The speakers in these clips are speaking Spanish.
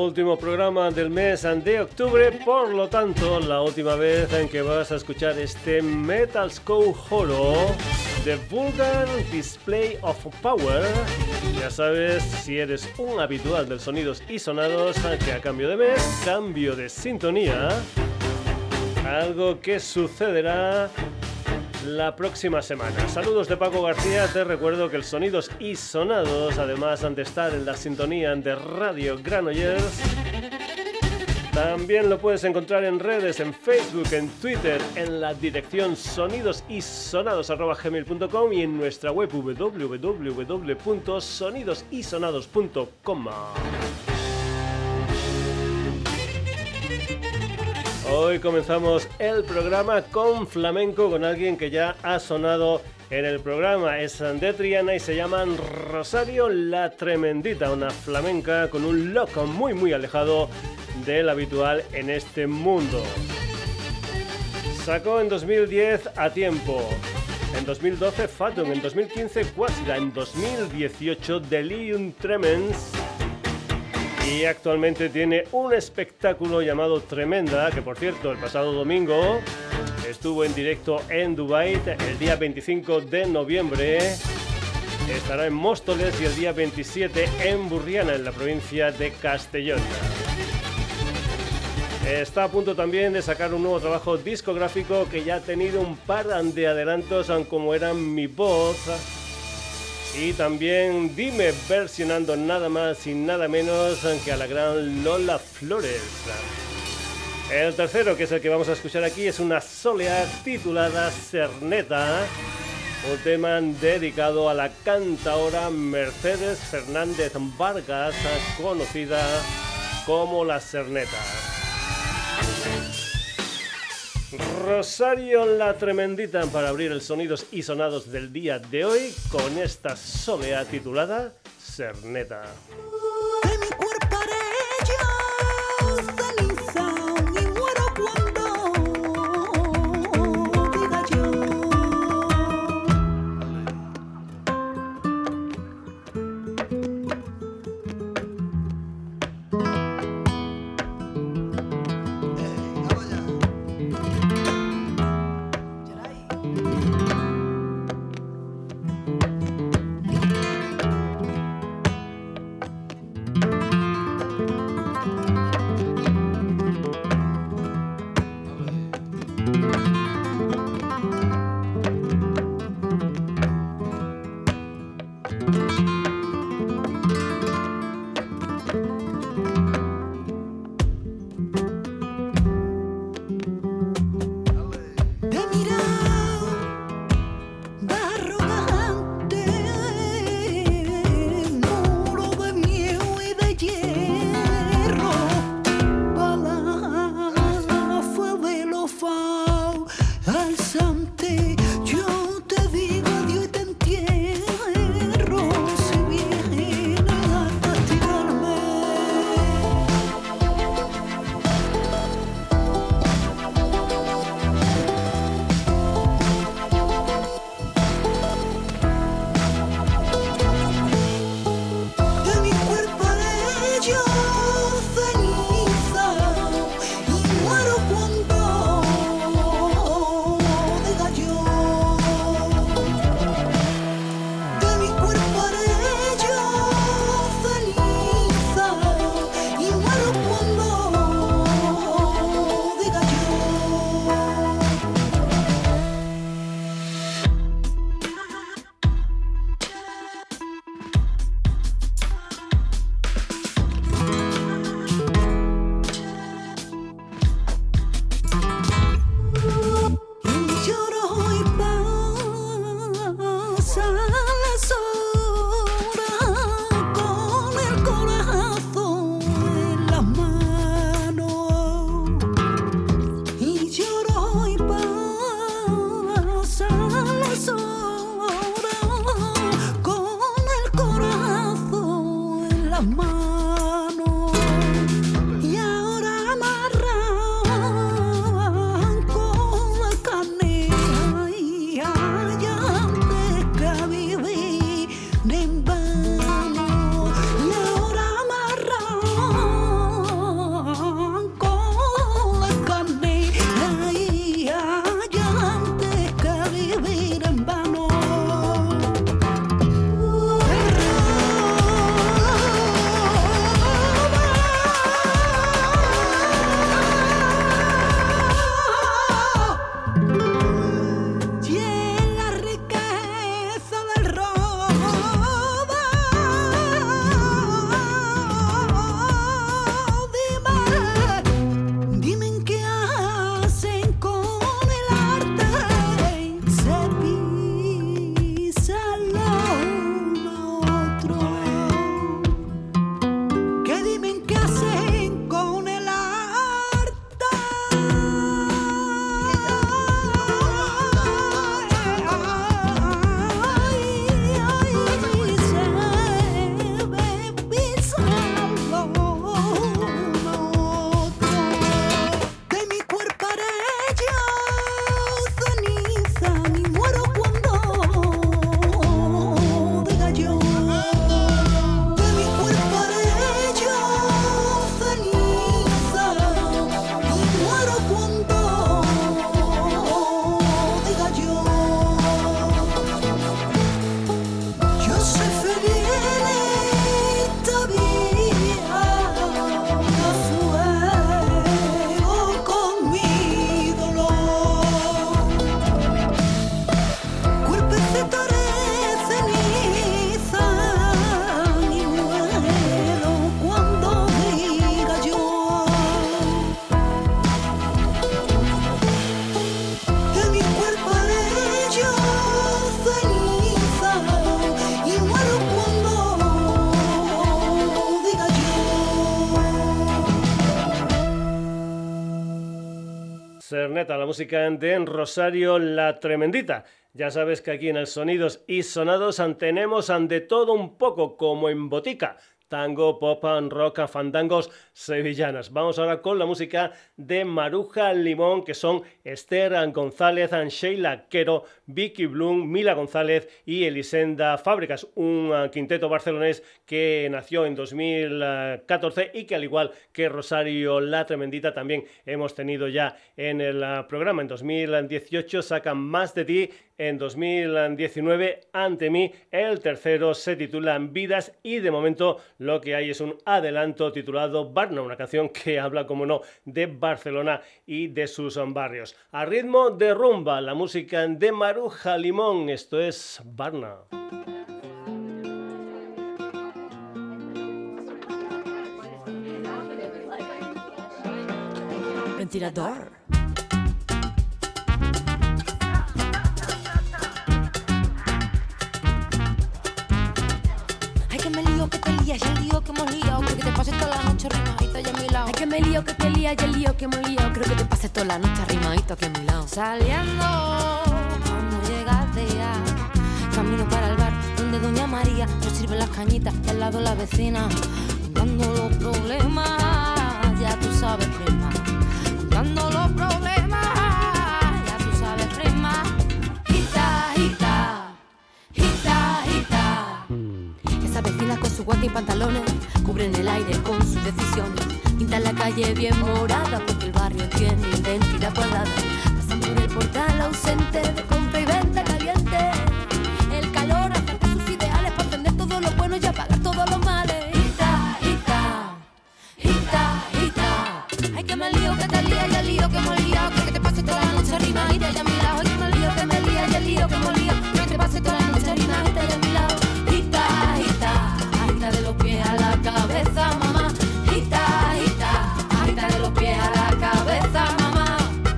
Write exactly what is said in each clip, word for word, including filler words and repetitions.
último programa del mes de octubre, por lo tanto, la última vez en que vas a escuchar este Metal Skull Horror, The Vulgar Display of Power. Ya sabes, si eres un habitual del Sonidos y Sonados, que a cambio de mes, cambio de sintonía, algo que sucederá la próxima semana. Saludos de Paco García. Te recuerdo que el Sonidos y Sonados, además de estar en la sintonía de Radio Granollers, también lo puedes encontrar en redes, en Facebook, en Twitter, en la dirección sonidosysonados arroba gmail punto com y en nuestra web w w w punto sonidos y sonados punto com. Hoy comenzamos el programa con flamenco, con alguien que ya ha sonado en el programa. Es de Triana y se llaman Rosario La Tremendita, una flamenca con un look muy muy alejado del habitual en este mundo. Sacó en dos mil diez A Tiempo, en dos mil doce Fatum, en dos mil quince Quasida, en dos mil dieciocho Delirium Tremens. Y actualmente tiene un espectáculo llamado Tremenda, que por cierto el pasado domingo estuvo en directo en Dubái. El día veinticinco de noviembre estará en Móstoles y el día veintisiete en Burriana, en la provincia de Castellón. Está a punto también de sacar un nuevo trabajo discográfico que ya ha tenido un par de adelantos, como eran Mi Voz y también Dime, versionando nada más y nada menos que a la gran Lola Flores. El tercero, que es el que vamos a escuchar aquí, es una soleá titulada Cerneta, un tema dedicado a la cantaora Mercedes Fernández Vargas, conocida como La Cerneta. Rosario La Tremendita para abrir el Sonidos y Sonados del día de hoy con esta soleá titulada Cerneta. De mi cuerpo haré yo ceniza y muero cuando diga yo. internet a la música de Rosario La Tremendita. Ya sabes que aquí en el Sonidos y Sonados tenemos de todo un poco, como en botica. Tango, pop, rock, fandangos, sevillanas. Vamos ahora con la música de Maruja Limón, que son Esther González, Sheila Quero, Vicky Bloom, Mila González y Elisenda Fábricas, un uh, quinteto barcelonés que nació en dos mil catorce y que, al igual que Rosario La Tremendita, también hemos tenido ya en el uh, programa. En dos mil dieciocho sacan Más de ti, en dos mil diecinueve Ante mí, el tercero se titula Vidas, y de momento lo que hay es un adelanto titulado Barna, una canción que habla, como no, de Barcelona y de sus barrios. A ritmo de rumba, la música de Maruja Limón. Esto es Barna. Ventilador. Que te lías y el lío que hemos liado, creo que te pases toda la noche rimadito y a mi lado. Ay, que me lío, que te lías y el lío que hemos liado, creo que te pases toda la noche rimadito aquí a mi lado. Saliendo, cuando llegaste ya, camino para el bar donde Doña María nos sirve las cañitas y al lado la vecina, contando los problemas, ya tú sabes, prima, contando los problemas, ya tú sabes, prima. Gita, gita, gita, gita. Esa vecina con su guante y pantalones cubren el aire con sus decisiones. Pintan la calle bien morada porque el barrio tiene identidad cuadrada. Pasan por el portal ausente de compra y venta caliente. El calor acerca sus ideales para entender todo lo bueno y apagar todos los males. Gita, gita, gita, gita. Ay, que me lío, que te lía y el lío que hemos liado. Creo que te pase toda la noche rimadita y a mi lado. Ay, que me lío, que me lía y el lío que hemos liado. Creo que te pase toda la noche rimadita y a mi lado. Agita de los pies a la cabeza, mamá. Agita, agita, agita de los pies a la cabeza, mamá.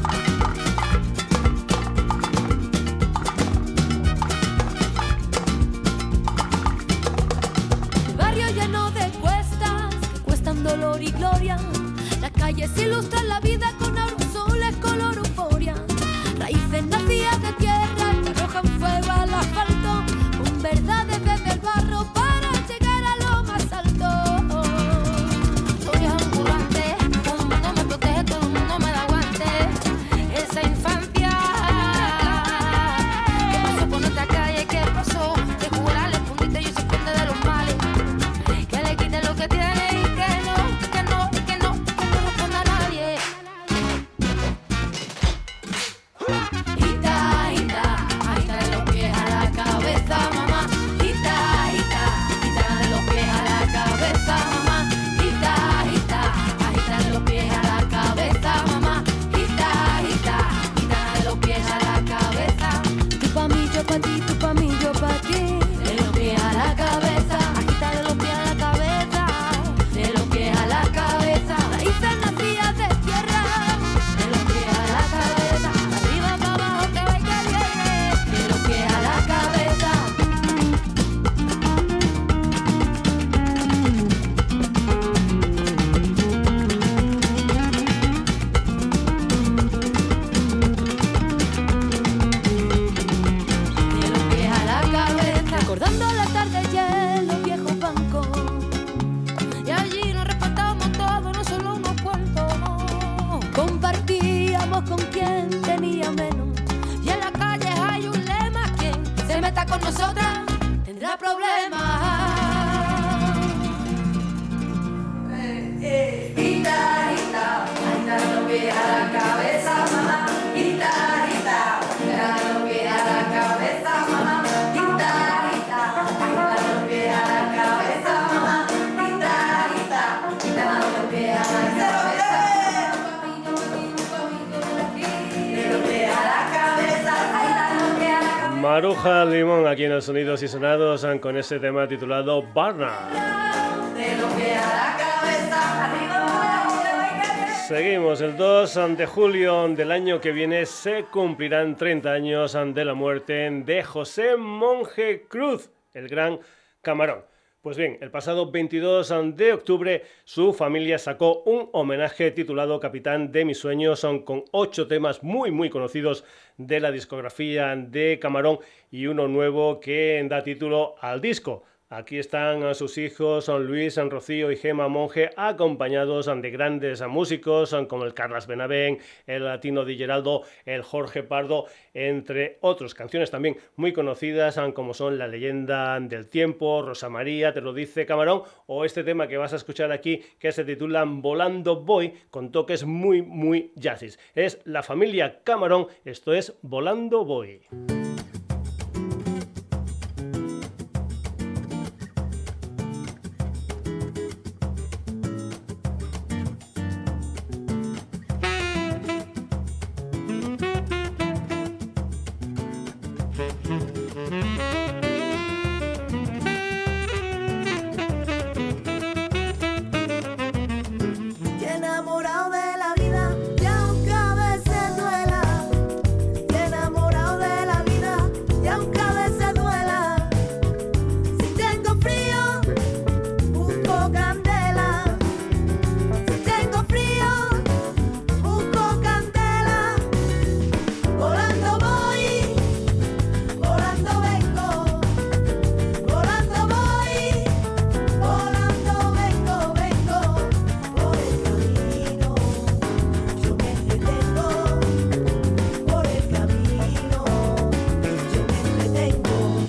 El barrio lleno de cuestas que cuestan dolor y gloria. Las calles ilustran la vida con aerosoles color euforia. Raíces nacidas de tierra que arrojan fuego al asfalto, con verdades desde el barro para llegar a lo más alto. Soy ambulante, todo el mundo me protege, todo el mundo me da guante. Esa infancia que pasó por nuestra calle, que pasó de jugar al escondite y se esconde de los males. Que le quite lo que tiene y que no, que no, que no, que no responda a nadie. Gita, gita, agita de los pies a la cabeza, mamá. Gita, gita, agita de los pies a la cabeza, mamá. Gita, gita, agita de los pies a la cabeza, mamá. Gita, gita, agita de los pies a la cabeza. Tú pa' mí, yo pa' ti, tú pa' mí, yo pa' ti. De los pies a la cabeza, agita de los pies a la cabeza. De los pies a la cabeza, raíces nacidas de tierra. De los pies a la cabeza, arriba para abajo que va y que viene. De los pies a la cabeza. De los pies a la cabeza. Recordando la tarde y en los viejos bancos. Y allí nos repartábamos todo, no solo unos cuantos. Compartíamos con quien tenía menos. Y en la calle hay un lema: quien se meta con nosotras tendrá problemas. Gita, gita, agita de los pies a la cabeza, mamá. Gita, gita, agita de los pies a la cabeza, mamá. Gita, gita, agita de los pies a la cabeza, mamá. Gita, gita, agita de los pies a la cabeza. De los pies a la cabeza, agita de los pies a la cabeza. Maruja Limón aquí en los Sonidos y Sonados con ese tema titulado Barna. De los pies a la cabeza, arriba abajo, que va y que viene. Seguimos, el dos de julio del año que viene se cumplirán treinta años de la muerte de José Monje Cruz, el gran Camarón. Pues bien, el pasado veintidós de octubre su familia sacó un homenaje titulado Capitán de mis sueños, son con ocho temas muy muy conocidos de la discografía de Camarón y uno nuevo que da título al disco. Aquí están sus hijos, son Luis, San Rocío y Gema Monge, acompañados de grandes músicos como el Carlas Benavent, el Latino Di Geraldo, el Jorge Pardo, entre otros. Canciones también muy conocidas como son La leyenda del tiempo, Rosa María, Te lo dice Camarón, o este tema que vas a escuchar aquí que se titula Volando Voy, con toques muy muy jazzis. Es la familia Camarón, esto es Volando Voy. Enamorado de la vida, y aunque a veces duela, enamorado de la vida, y aunque a veces duela, si tengo frío, busco candela, si tengo frío, busco candela, volando voy, volando vengo, volando voy, volando vengo, vengo, por el camino, yo me entretengo, por el camino, yo me entretengo.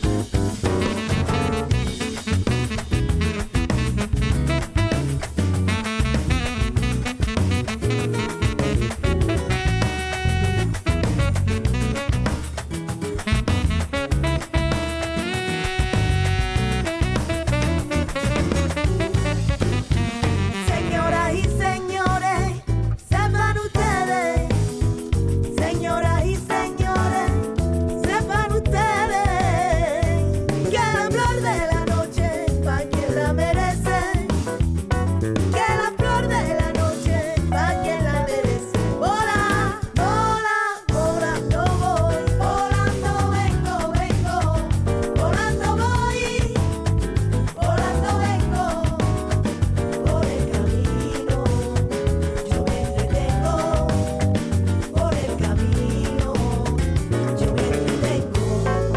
Señoras y señores, sepan ustedes, señoras y señores, sepan ustedes, que la flor de la noche pa' quien la merece, que la flor de la noche pa' quien la merece. Vola, vola, volando voy, volando vengo, vengo, volando voy, volando vengo, por el camino, yo me entretengo, por el camino, yo me entretengo.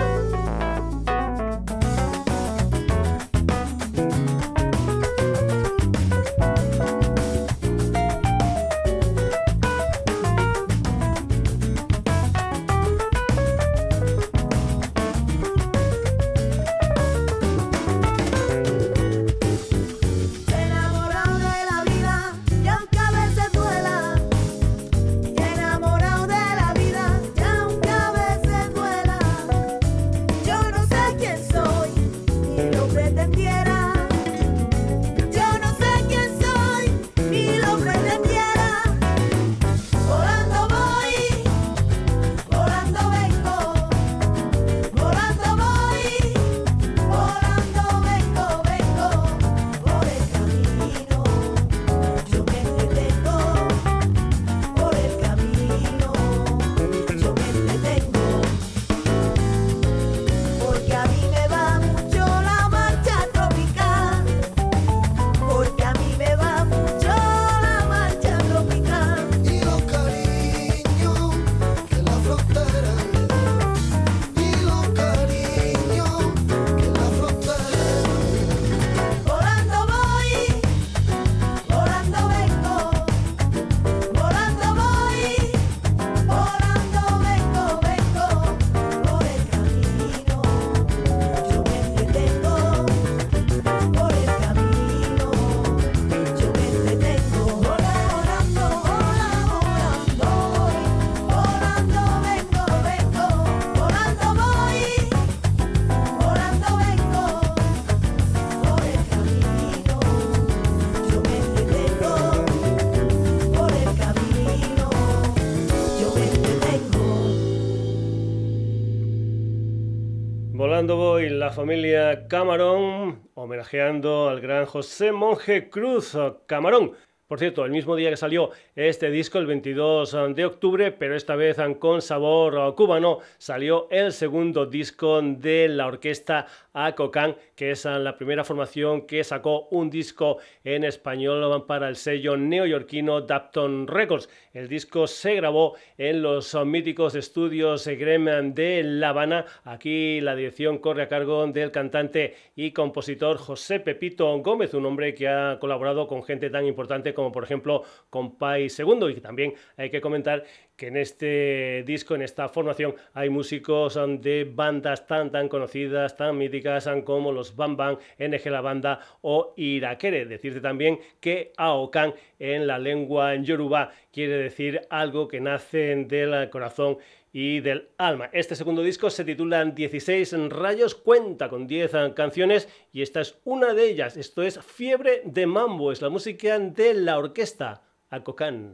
Enamorado de la vida, y aunque a veces duela, enamorado de la vida, y aunque a veces duela, yo no sé quién soy, ni lo pretendiera, yo no sé quién soy, ni lo pretendiera, volando voy, volando vengo, volando voy, volando vengo, vengo, por el camino, yo me entretengo, por el camino, yo me entretengo, porque a mí me va mucho la marcha tropical, porque a mí me va mucho la marcha tropical. Y los cariños que la frontera me da, y los cariños que la frontera me da. Volando voy, volando vengo, volando voy, volando vengo, vengo, por el camino, yo me entretengo, por el camino, yo me entretengo, volando, volando, volando vengo, vengo, volando voy, volando vengo, por el camino, yo me entretengo, por el camino, yo me entretengo. Volando voy, la familia Camarón, homenajeando al gran José Monge Cruz Camarón. Por cierto, el mismo día que salió este disco, el veintidós de octubre, pero esta vez con sabor cubano, salió el segundo disco de la orquesta Acocán, que es la primera formación que sacó un disco en español para el sello neoyorquino Dapton Records. El disco se grabó en los míticos estudios Grem de La Habana. Aquí la dirección corre a cargo del cantante y compositor José Pepito Gómez, un hombre que ha colaborado con gente tan importante como por ejemplo con Pai Segundo, y que también hay que comentar que en este disco, en esta formación, hay músicos de bandas tan tan conocidas, tan míticas como los Bam Bam, N G La Banda o Irakere. Decirte también que Aokan en la lengua yoruba quiere decir algo que nace del corazón y del alma. Este segundo disco se titula dieciséis rayos, cuenta con diez canciones y esta es una de ellas. Esto es Fiebre de Mambo, es la música de la orquesta Acocán.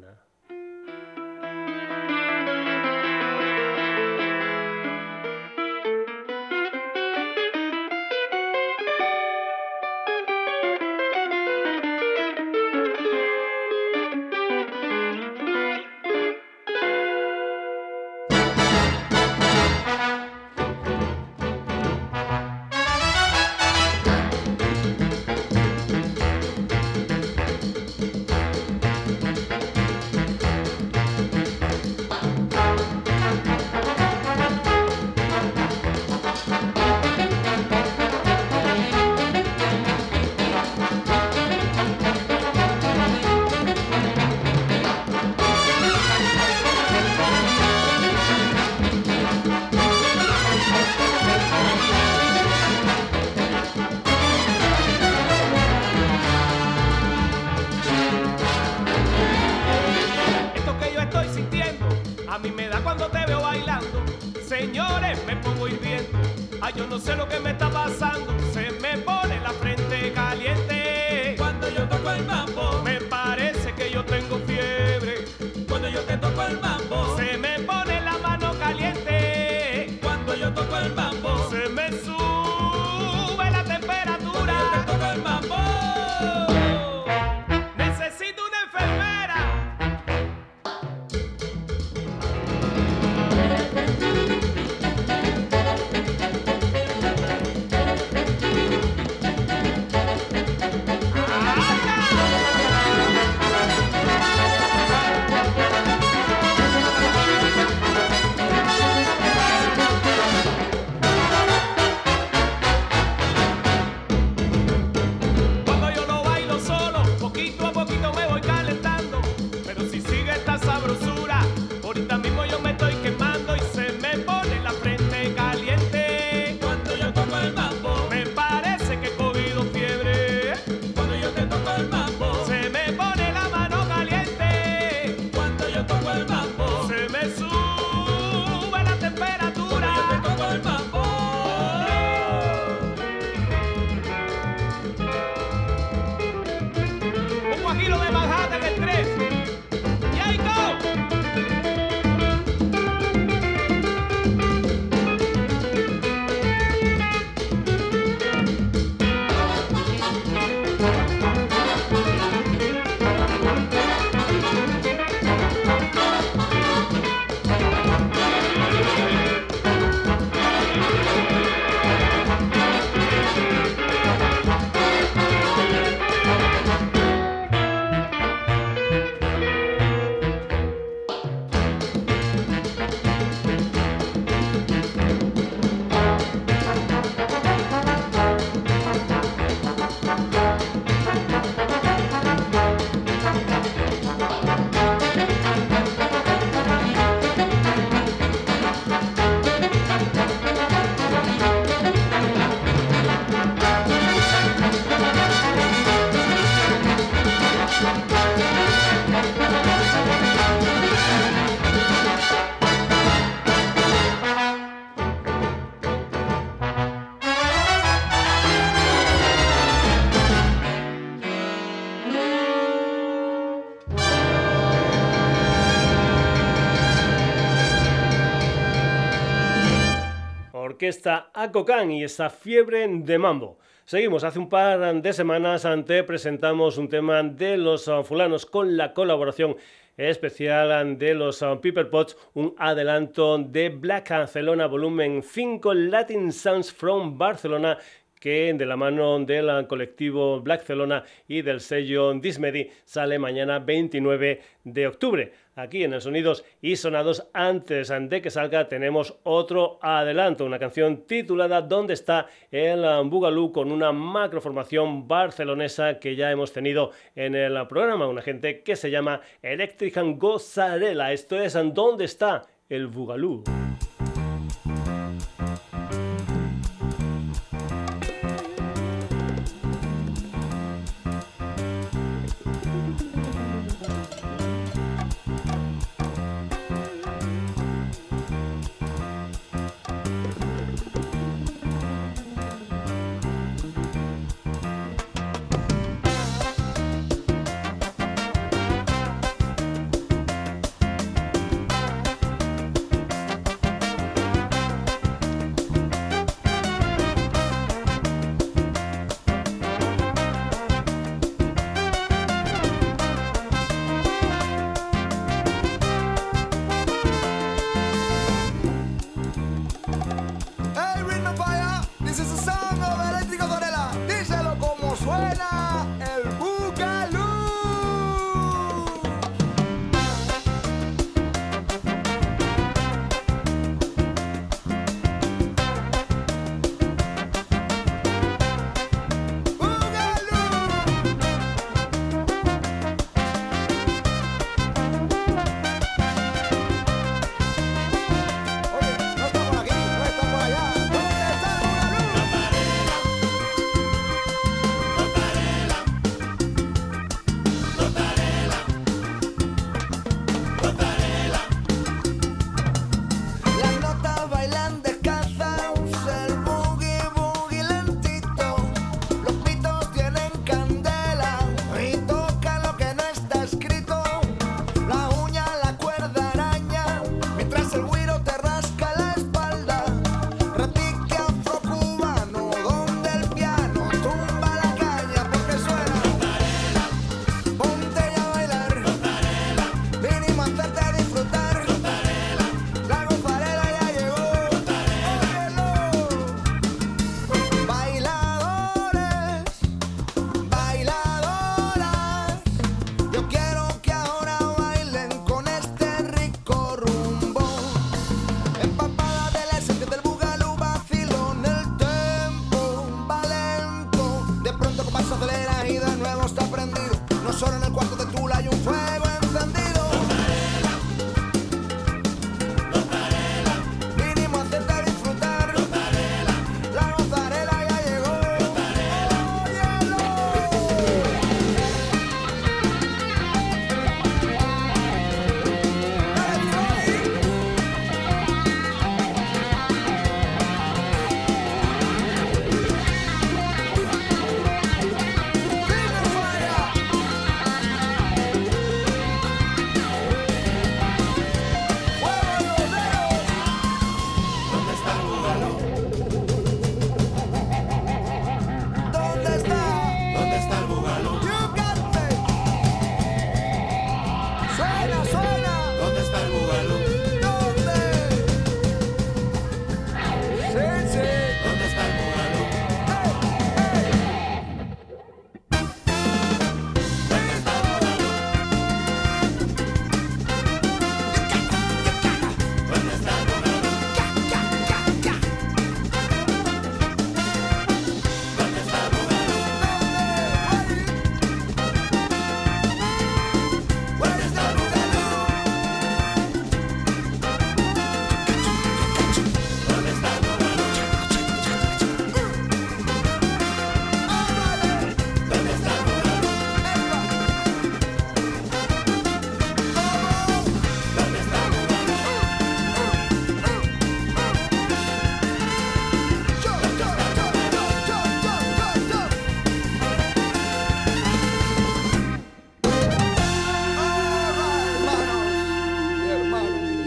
Orquesta Acocán y esa Fiebre de Mambo. Seguimos, hace un par de semanas te presentamos un tema de los uh, fulanos con la colaboración especial de los uh, Pepper Pots, un adelanto de Black Barcelona volumen cinco, Latin Sounds from Barcelona, que de la mano del colectivo Black Barcelona y del sello Dismedi sale mañana veintinueve de octubre. Aquí en el Sonidos y Sonados, antes de que salga, tenemos otro adelanto, una canción titulada ¿Dónde está el Boogaloo?, con una macroformación barcelonesa que ya hemos tenido en el programa, una gente que se llama Electric and Gozzarella. Esto es ¿Dónde está el Boogaloo?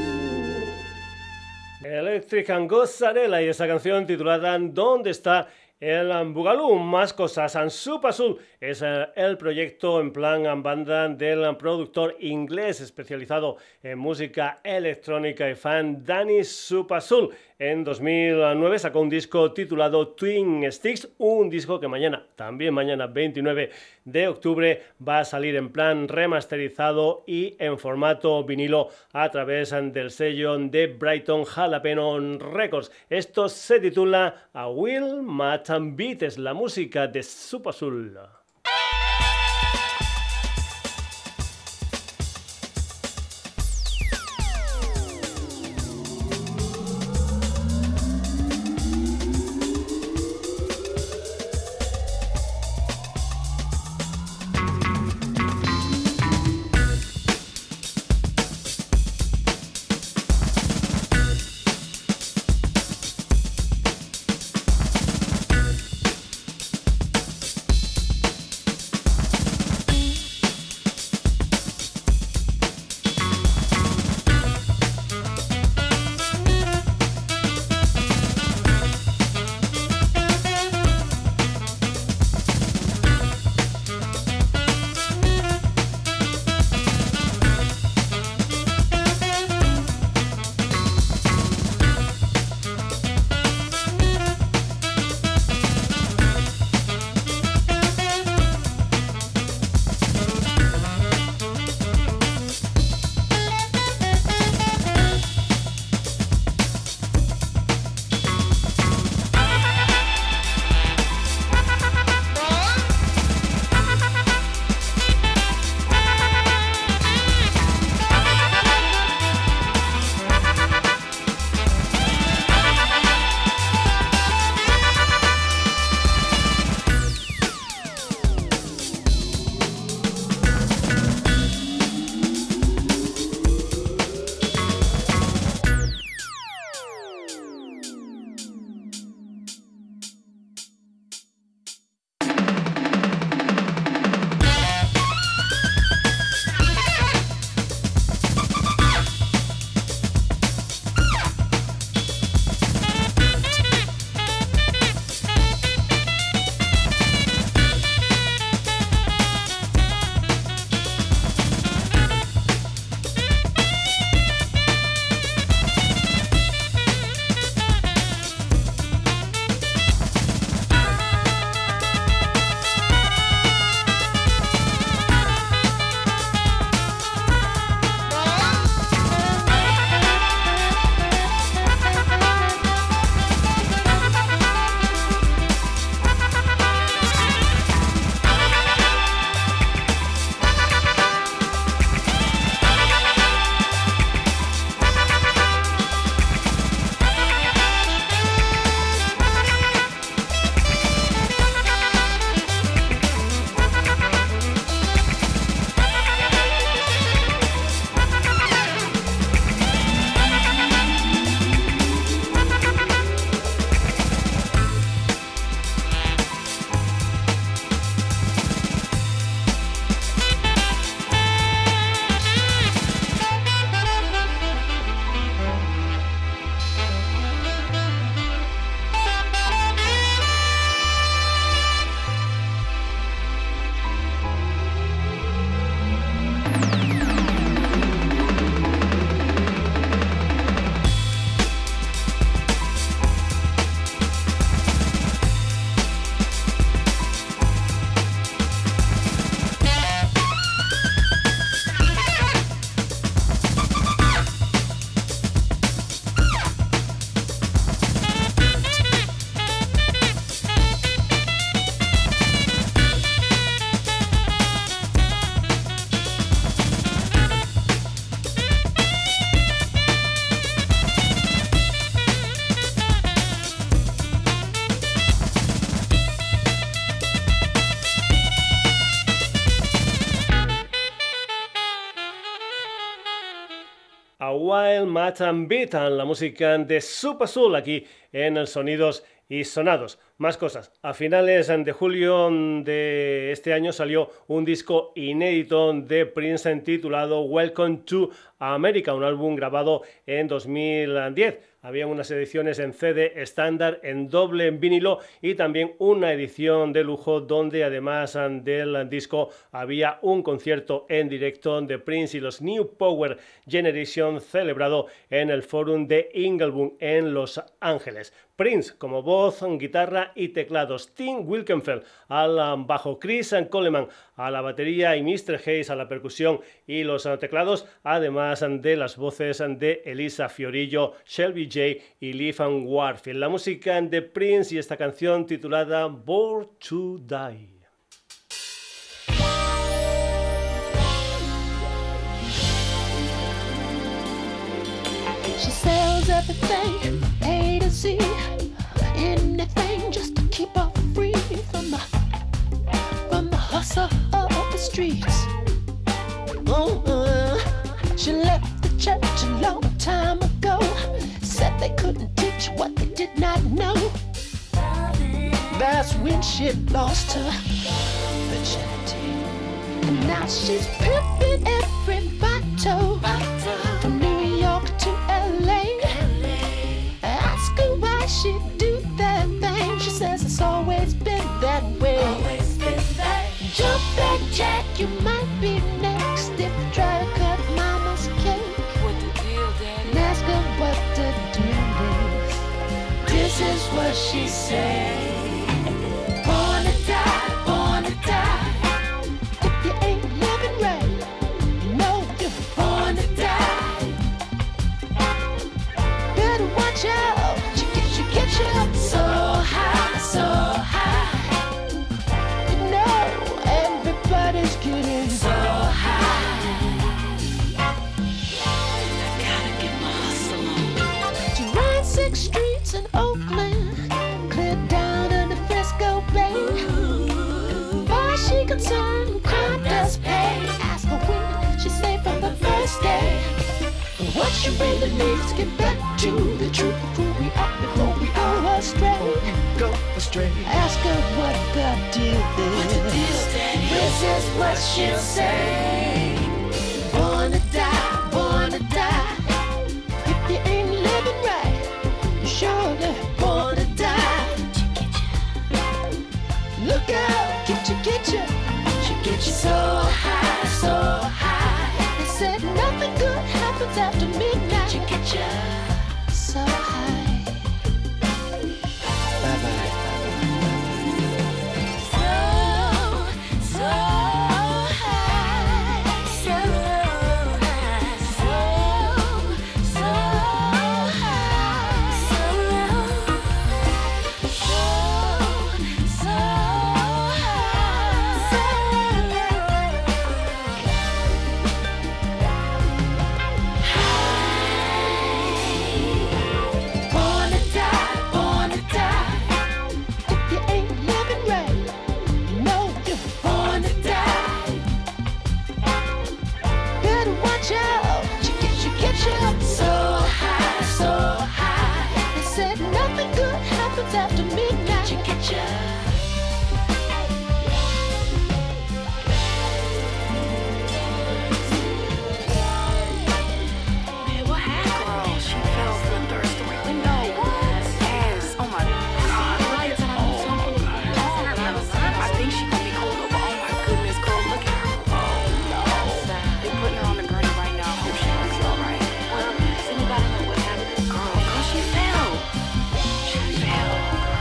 Electric and Gozzarella y esa canción titulada ¿Dónde está el Boogaloo. Más cosas. Soup Azul es el proyecto en plan banda del productor inglés especializado en música electrónica y fan Danny Soup Azul. En dos mil nueve sacó un disco titulado Twin Sticks, un disco que mañana, también mañana veintinueve de octubre, va a salir en plan remasterizado y en formato vinilo a través del sello de Brighton Jalapeno Records. Esto se titula A Will Match and Beat, es la música de Soup Azul. A Wild Match and Beat, la música de Soup Azul aquí en Sonidos y Sonados. Más cosas. A finales de julio de este año salió un disco inédito de Prince titulado Welcome to America, un álbum grabado en dos mil diez. Había unas ediciones en C D estándar, en doble, en vinilo y también una edición de lujo donde además del disco había un concierto en directo de Prince y los New Power Generation celebrado en el Forum de Inglewood en Los Ángeles. Prince como voz, guitarra y teclados, Tim Wilkenfeld al bajo, Chris Coleman a la batería y mister Hayes a la percusión y los teclados, además de las voces de Elisa Fiorillo, Shelby J y Liv Warfield. La música de Prince y esta canción titulada Born to Die. She sells everything, A to Z, anything just to keep her free from the from the hustle of the streets. Oh, uh, she left the church a long time ago. Said they couldn't teach what they did not know. That's when she lost her virginity, and now she's pimping every bottle from New York to L A. Ask her why she do that thing. She says it's always been that way. Always been that. Jump that jack, you might be next if you try to cut mama's cake. What the deal, Daddy? And ask her what the deal is. This is what she said. Born to die, born to die. If you ain't living right, you know you're born to die. Better watch out, you get you get you up so high, so high. You know everybody's getting so high. I gotta get my hustle on. She ran six streets in Oakland, cleared down in the Frisco Bay. Far as she concerned, crime does pay. Ask her when, she say from the first day. What she really needs, get back to the truth of who we are before we go astray. Go astray. Ask her what the deal is. This is what she'll say. Born to die, born to die. If you ain't living right, you're surely born to die. Look out, get you, get you. She get you so high, so high. They said nothing good happens after midnight. She get you so high. Bye bye. So, so high, so high, so, so high, so low, so, so high, so born to die, born to die. If you ain't living right, you know you're born to die. Better watch out, you get you get you up so high, so high. They said nothing good happens after midnight. You get you. Man, what happened? Girl, she fell from the third story window. Yes. Oh my God. Right. Oh my God. I think she gonna be cold over. Oh my goodness, girl, look at her. Oh no. They're putting her on the gurney right now. Hope she looks all right. Well, does anybody know what happened? Girl, girl, she fell. She fell,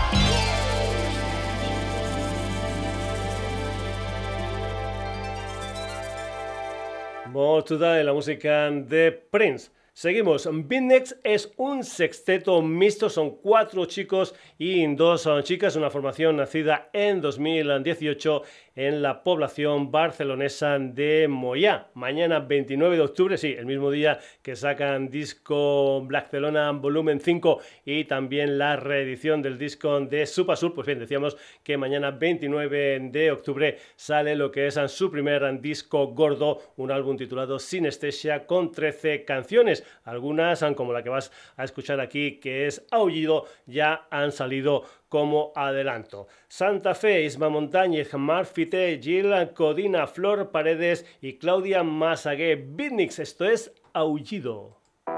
girl. Born to Die, la música de Prince. Seguimos. Beatniks es un sexteto mixto, son cuatro chicos y dos uh, chicas, una formación nacida en dos mil dieciocho en la población barcelonesa de Moyà. Mañana veintinueve de octubre, sí, el mismo día que sacan disco Barcelona Volumen cinco y también la reedición del disco de Supa Sur. Pues bien, decíamos que mañana veintinueve de octubre sale lo que es su primer disco gordo, un álbum titulado Sinestesia con trece canciones. Algunas, como la que vas a escuchar aquí, que es Aullido, ya han salido como adelanto. Santa Fe, Isma Montañez, Mar Fité, Gil Codina, Flor Paredes y Claudia Masagué. Beatniks, esto es Aullido.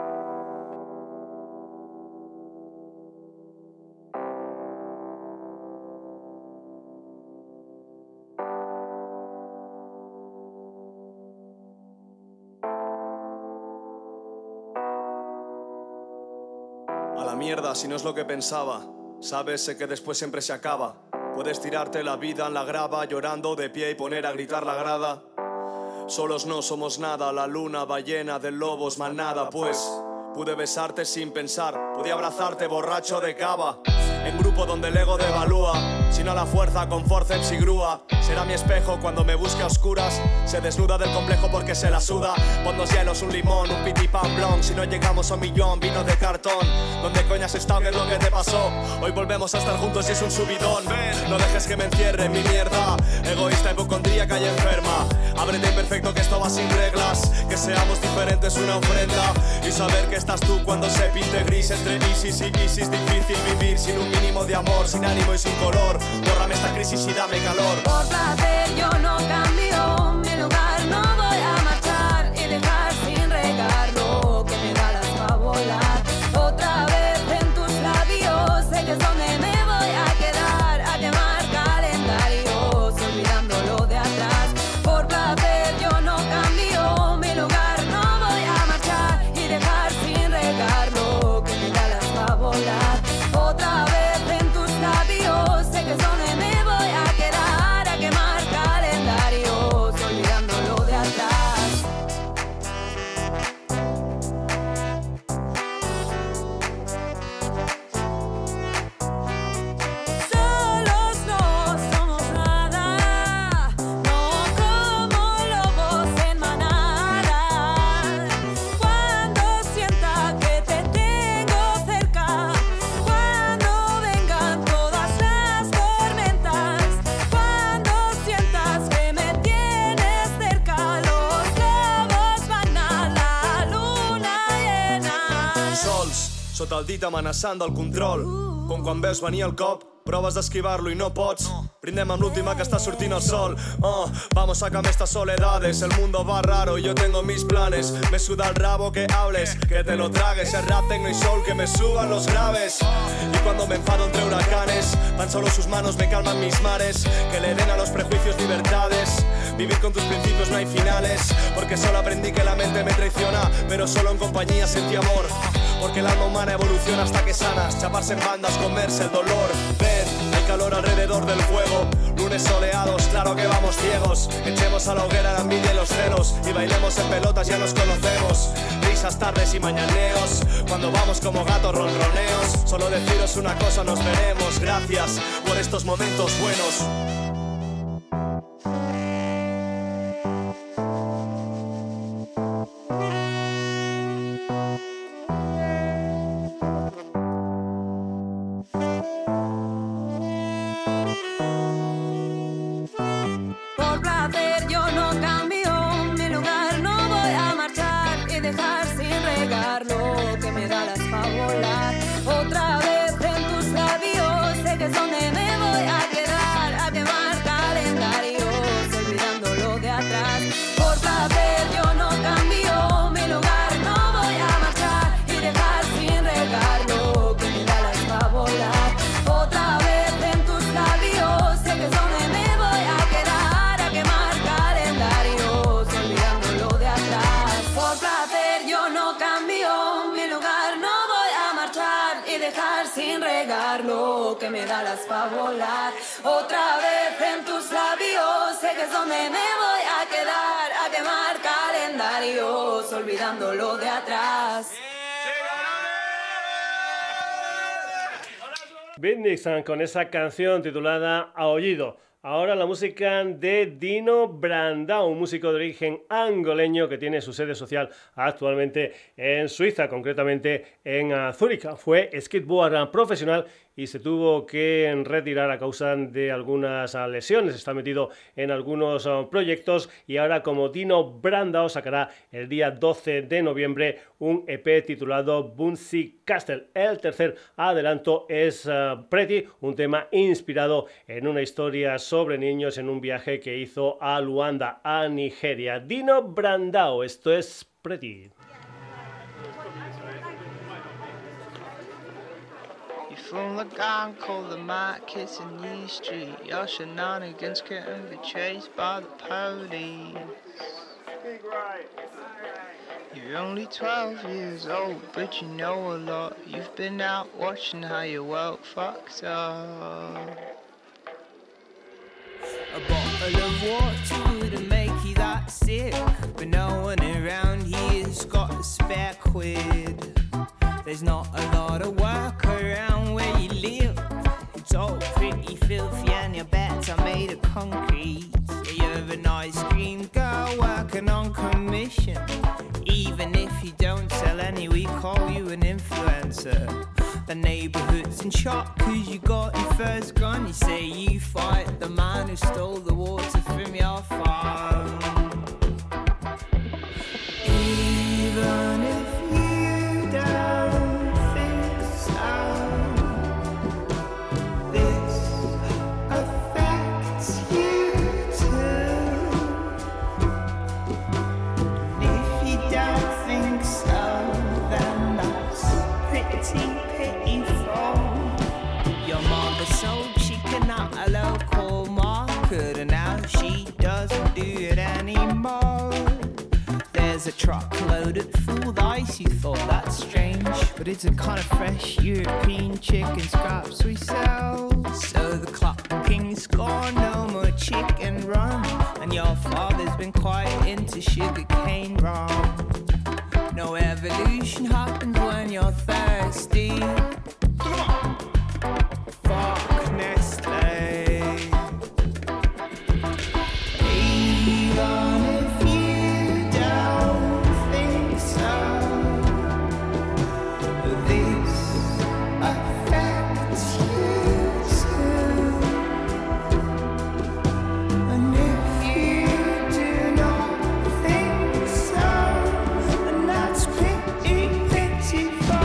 A la mierda, si no es lo que pensaba. Sabes, sé que después siempre se acaba. Puedes tirarte la vida en la grava, llorando de pie y poner a gritar la grada. Solos no somos nada, la luna va llena de lobos, manada, pues pude besarte sin pensar, podía abrazarte borracho de cava. En grupo donde el ego devalúa, sino la fuerza con forceps y grúa. Será mi espejo cuando me busque a oscuras. Se desnuda del complejo porque se la suda. Pon dos hielos, un limón, un pitipam blon. Si no llegamos a un millón, vino de cartón. ¿Dónde coño has estado? ¿Qué es lo que te pasó? Hoy volvemos a estar juntos y es un subidón. No dejes que me encierre en mi mierda. Egoísta, hipocondríaca y enferma. Ábrete imperfecto que esto va sin reglas. Que seamos diferentes, una ofrenda. Y saber que estás tú cuando se pinte gris. Entre ISIS y ISIS, difícil vivir sin un mínimo de amor, sin ánimo y sin color. Bórrame esta crisis y dame calor. Por placer yo no cambio mi lugar, no voy a marchar y dejar sin regarlo que me da las pa' volar. Otra vez en tus labios, sé que es donde me voy a quedar, a quemar calendarios, olvidándolo de atrás. Por placer yo no cambio mi lugar, no voy a marchar y dejar sin regarlo que me da las pa' volar. Otra vez en tus labios, sé que es donde me voy a quedar, a quemar calendarios, olvidándolo de atrás. Solos no somos nada, no como lobos en manada. Cuando sienta que te tengo cerca, cuando vengan todas las tormentas, cuando sientas que me tienes cerca, los lobos van a la luna llena. Sols, sota el dit amenaçant del control. Com quan veus venir el cop, proves d'esquivar-lo i no pots. Brindem amb l'última que està sortint el sol. Oh, vamos a cambiar estas soledades. El mundo va raro y yo tengo mis planes. Me suda el rabo que hables, que te lo tragues. El rap, tecno y soul, que me suban los graves. Y cuando me enfado entre huracanes, tan solo sus manos me calman mis mares. Que le den a los prejuicios libertades. Vivir con tus principios no hay finales. Porque solo aprendí que la mente me traiciona, pero solo en compañía sentí amor. Porque el alma humana evoluciona hasta que sanas. Chaparse en bandas, comerse el dolor. Ven, hay calor alrededor del fuego. Lunes soleados, claro que vamos ciegos. Echemos a la hoguera la envidia y los celos. Y bailemos en pelotas, ya nos conocemos. Risas, tardes y mañaneos. Cuando vamos como gatos ronroneos. Solo deciros una cosa, nos veremos. Gracias por estos momentos buenos. Por placer yo no cambio mi lugar, no voy a marchar y dejar sin regarlo que me da las pa' volar. Otra vez en tus labios, sé que es donde me voy a quedar, a quemar calendarios, olvidándolo de atrás. Por placer yo no cambio mi lugar, no voy a marchar y dejar sin regarlo que me da las pa' volar. Otra vez en tus labios, sé que es donde me voy a quedar, a quemar calendarios, olvidándolo de atrás. Por placer yo no cambio mi lugar, no voy a marchar y dejar sin regarlo que me da las pa' volar. Otra vez en tus labios, sé que es donde me voy a quedar, a quemar calendarios, olvidándolo de atrás. Beatniks con esa canción titulada Aullido. Ahora la música de Dino Brandão, un músico de origen angoleño que tiene su sede social actualmente en Suiza, concretamente en Zúrich. Fue skateboarder profesional y se tuvo que retirar a causa de algunas lesiones. Está metido en algunos proyectos y ahora, como Dino Brandao, sacará el día doce de noviembre un E P titulado Bouncy Castle. El tercer adelanto es uh, Pretty, un tema inspirado en una historia sobre niños en un viaje que hizo a Luanda, a Nigeria. Dino Brandao, esto es Pretty. From the gang called the Markets in New Street, your shenanigans couldn't be chased by the police. You're only twelve years old, but you know a lot. You've been out watching how your world fucks up. A bottle of water wouldn't make you that sick, but no one around here's got a spare quid. There's not a lot of work around where you live. It's all pretty filthy and your beds are made of concrete. Yeah, you're an ice cream girl working on commission. Even if you don't sell any, we call you an influencer. The neighborhood's in shock cause you got your first gun. You say you fight the man who stole the water from your farm. Even if you don't think so, this affects you too. If you don't think so, then that's pretty pitiful. Your mama sold chicken at a local market and now she doesn't do it anymore. There's a truck loaded full of ice, you thought that's strange, but it's a kind of fresh European chicken scraps we sell. So the clock king's gone, no more chicken run, and your father's been quite into sugar cane rum. No evolution happens when you're thirsty. Fuck Nestle. Even if you don't think so, this affects you too. And if you do not think so, then that's pretty pitiful.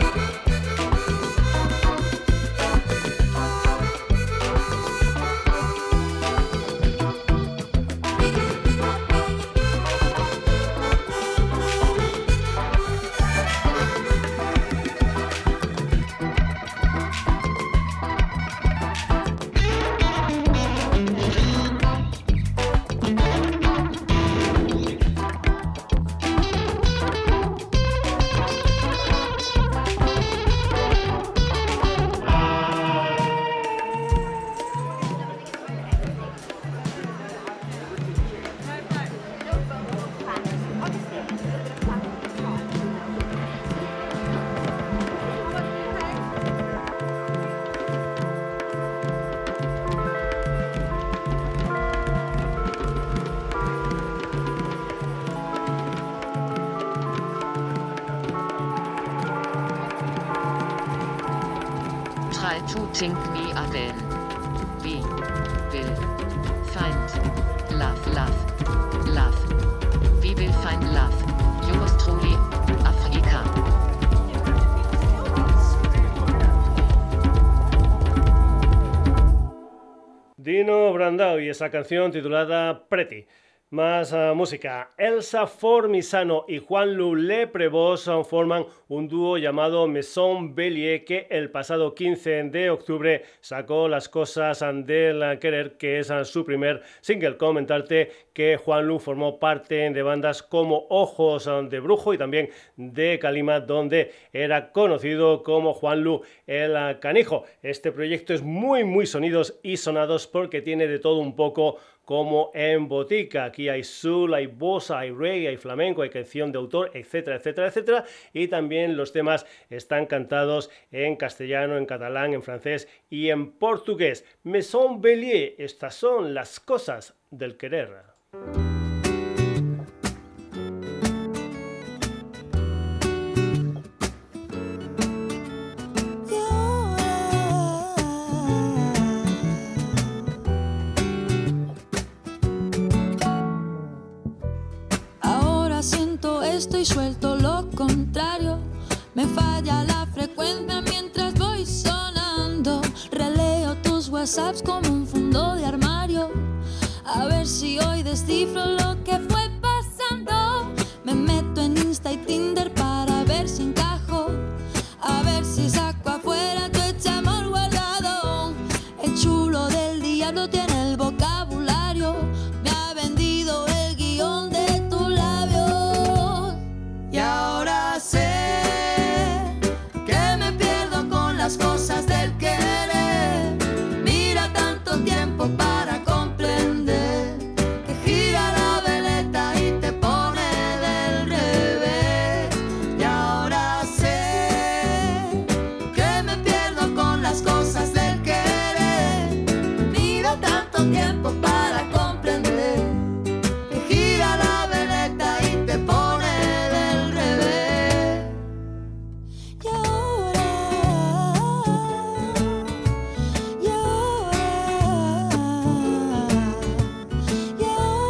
Try to think me again. We will find love, love, love. We will find love. Yours truly, Afrika. Dino Brandao y esa canción titulada Pretty. Más uh, música. Elsa Formisano y Juanlu Leprevos forman un dúo llamado Maison Bellier que el pasado quince de octubre sacó Las cosas del querer, que es su primer single. Comentarte que Juanlu formó parte de bandas como Ojos de Brujo y también de Calima, donde era conocido como Juanlu el Canijo. Este proyecto es muy muy sonidos y sonados porque tiene de todo un poco como en botica. Aquí hay soul, hay bossa, hay reggae, hay flamenco, hay canción de autor, etcétera, etcétera, etcétera. Y también los temas están cantados en castellano, en catalán, en francés y en portugués. Maison Bellier, estas son las cosas del querer. Yeah. siento y suelto lo contrario. Me falla la frecuencia mientras voy sonando. Releo tus whatsapps como un fondo de armario. A ver si hoy descifro lo que fue pasando. Me meto en Insta y Tinder para ver si encajo. A ver si saco afuera tu este amor guardado. El chulo del diablo tiene el vocabulario. Me ha vendido el guión de tus labios. Y ahora sé que me pierdo con las cosas del querer. Mira tanto tiempo para comprender que gira la veleta y te pone del revés. Y ahora sé que me pierdo con las cosas del querer. Mira tanto tiempo para comprender que gira la veleta y te pone del revés. Y ahora, y ahora, y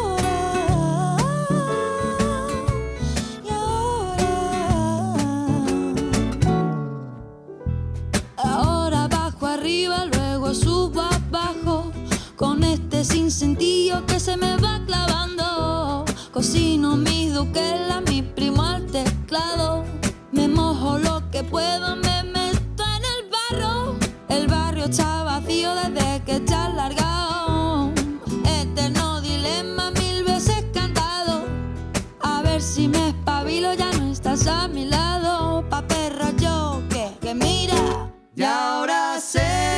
ahora, y ahora. Ahora bajo arriba, luego subo abajo, con este sinsentido que se me va clavando. Cocino mis duquelas, mi primo al teclado. Me mojo lo que puedo, me meto en el barro. El barrio está vacío desde que te has largado. Eterno dilema mil veces cantado. A ver si me espabilo, ya no estás a mi lado. Pa' perro yo que, que mira. Y ahora sé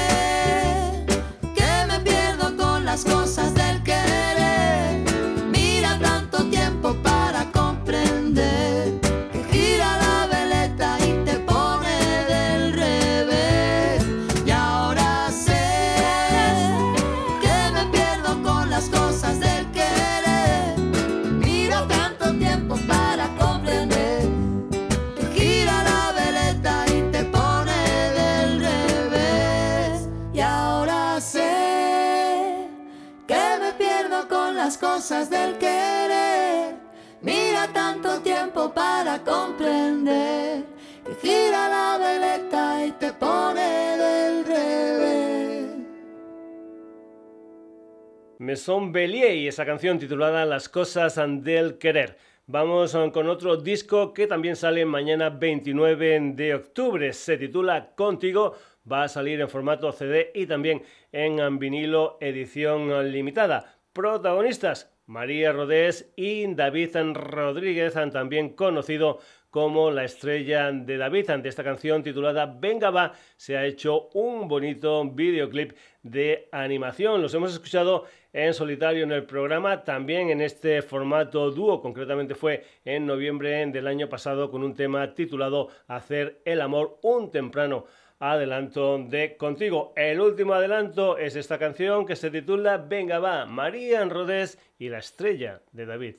que me pierdo con las cosas del querer. Mira tanto tiempo para comprender que gira la veleta y te pone del revés. Y ahora sé que me pierdo con las cosas del querer. Mira tanto tiempo para comprender que gira la veleta y te pone del revés. Y ahora sé que me pierdo con las cosas del querer. Mira tanto tiempo para comprender que gira la veleta y te pone del revés. Maison Bellier y esa canción titulada Las cosas del querer. Vamos con otro disco que también sale mañana veintinueve de octubre. Se titula Contigo. Va a salir en formato C D y también en vinilo edición limitada. Protagonistas: María Rodés y David Rodríguez, también conocido como La Estrella de David. Ante esta canción titulada Venga Va se ha hecho un bonito videoclip de animación. Los hemos escuchado en solitario en el programa, también en este formato dúo, concretamente fue en noviembre del año pasado con un tema titulado Hacer el amor, un temprano adelanto de Contigo. El último adelanto es esta canción que se titula Venga Va, María Rodés y La Estrella de David.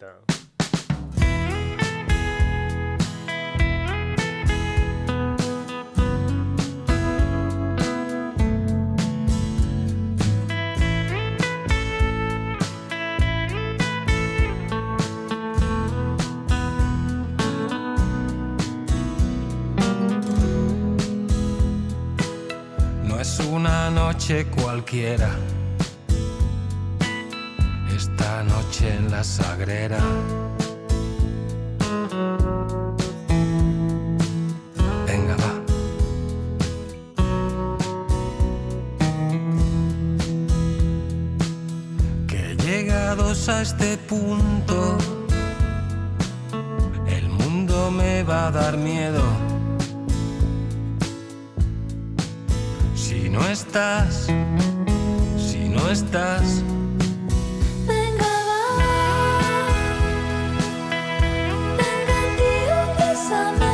Una noche cualquiera, esta noche en la Sagrera. Venga, va. Que llegados a este punto, el mundo me va a dar miedo. Si no estás, si no estás, Venga va, venga tío, bésame.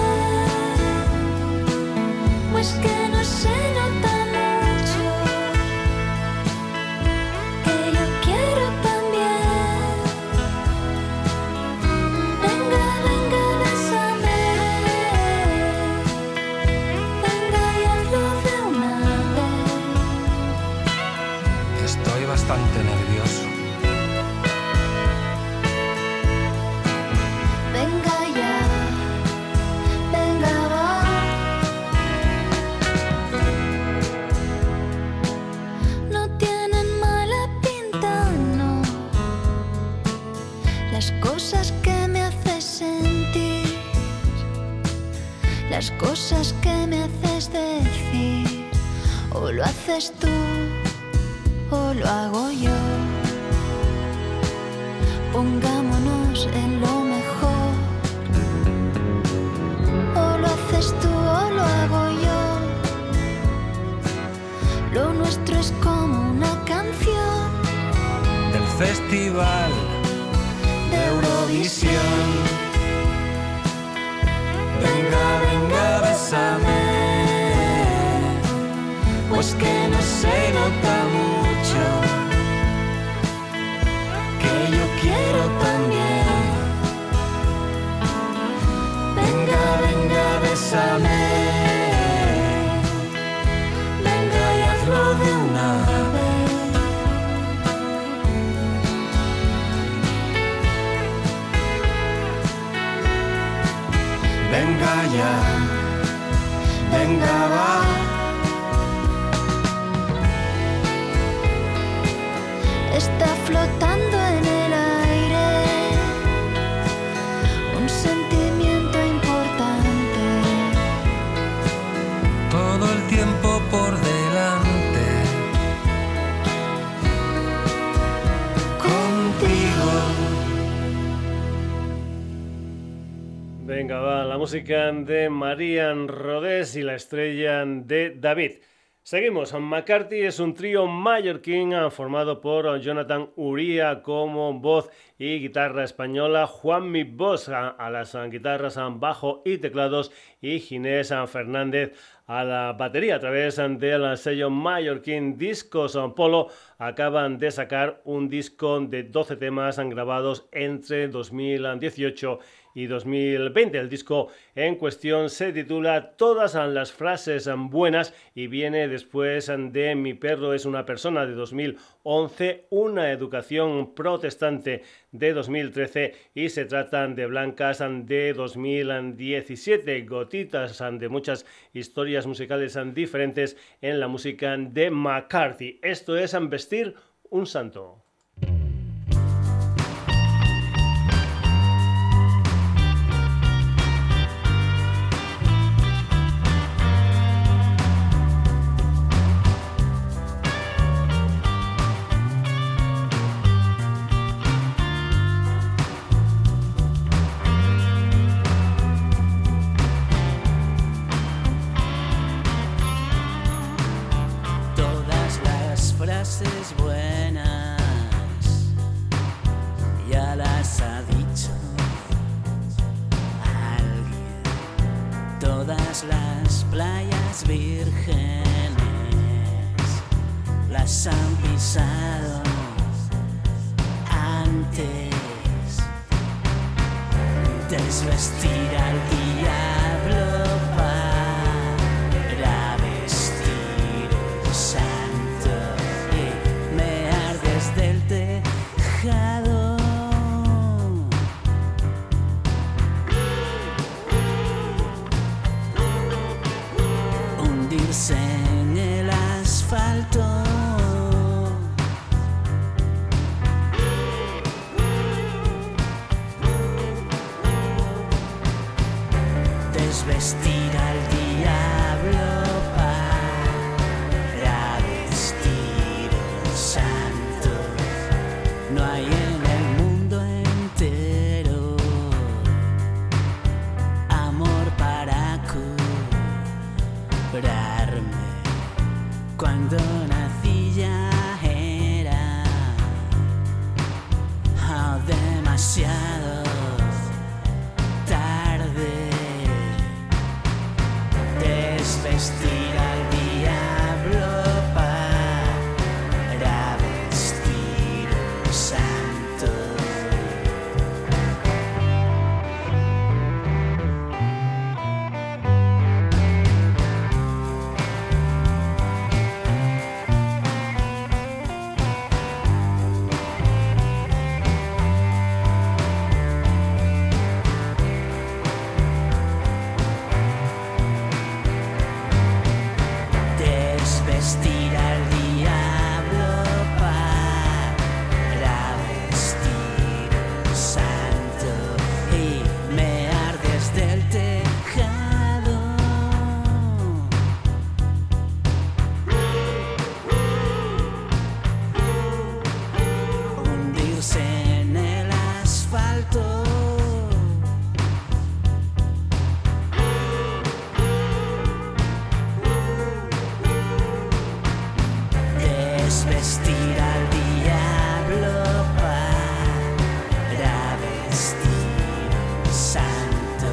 Pues que no se nota mucho, que yo quiero también. Venga, venga, bésame. Venga y hazlo de una vez. estoy bastante nervioso. Venga ya. cosas que me haces decir, o lo haces tú o lo hago yo. Pongámonos en lo mejor, o lo haces tú o lo hago yo. Lo nuestro es como una canción del festival de Eurovisión. Venga, venga, bésame, pues que no se nota mucho, que yo quiero también. Venga, venga, bésame, venga y hazlo de una vez. Venga ya, venga va. Está flotando en el aire un sentimiento importante. Todo el tiempo por delante, contigo. Venga, va, la música de Marian Rodés y la estrella de David. Seguimos. McCarthy es un trío mallorquín formado por Jonathan Uría como voz y guitarra española, Juanmi Bosch a, a las guitarras, bajo y teclados, y Ginés Fernández a la batería. A través del sello mallorquín Discos Polo acaban de sacar un disco de doce temas grabados entre dos mil dieciocho y dos mil veinte. El disco en cuestión se titula Todas las frases buenas y viene después de Mi perro es una persona de dos mil once, Una educación protestante de dos mil trece y Se tratan de blancas de dos mil diecisiete. Gotitas de muchas historias musicales diferentes en la música de McCarthy. Esto es Vestir un santo. Frases buenas ya las ha dicho alguien. Todas las playas vírgenes las han pisado antes. Desvestir al diablo para vestir el santo, mear desde el tejado, hundirse en el asfalto, desvestir al diablo para vestir el santo. No hay en el mundo entero amor para curarme cuando nací. es vestir al diablo para vestir al santo.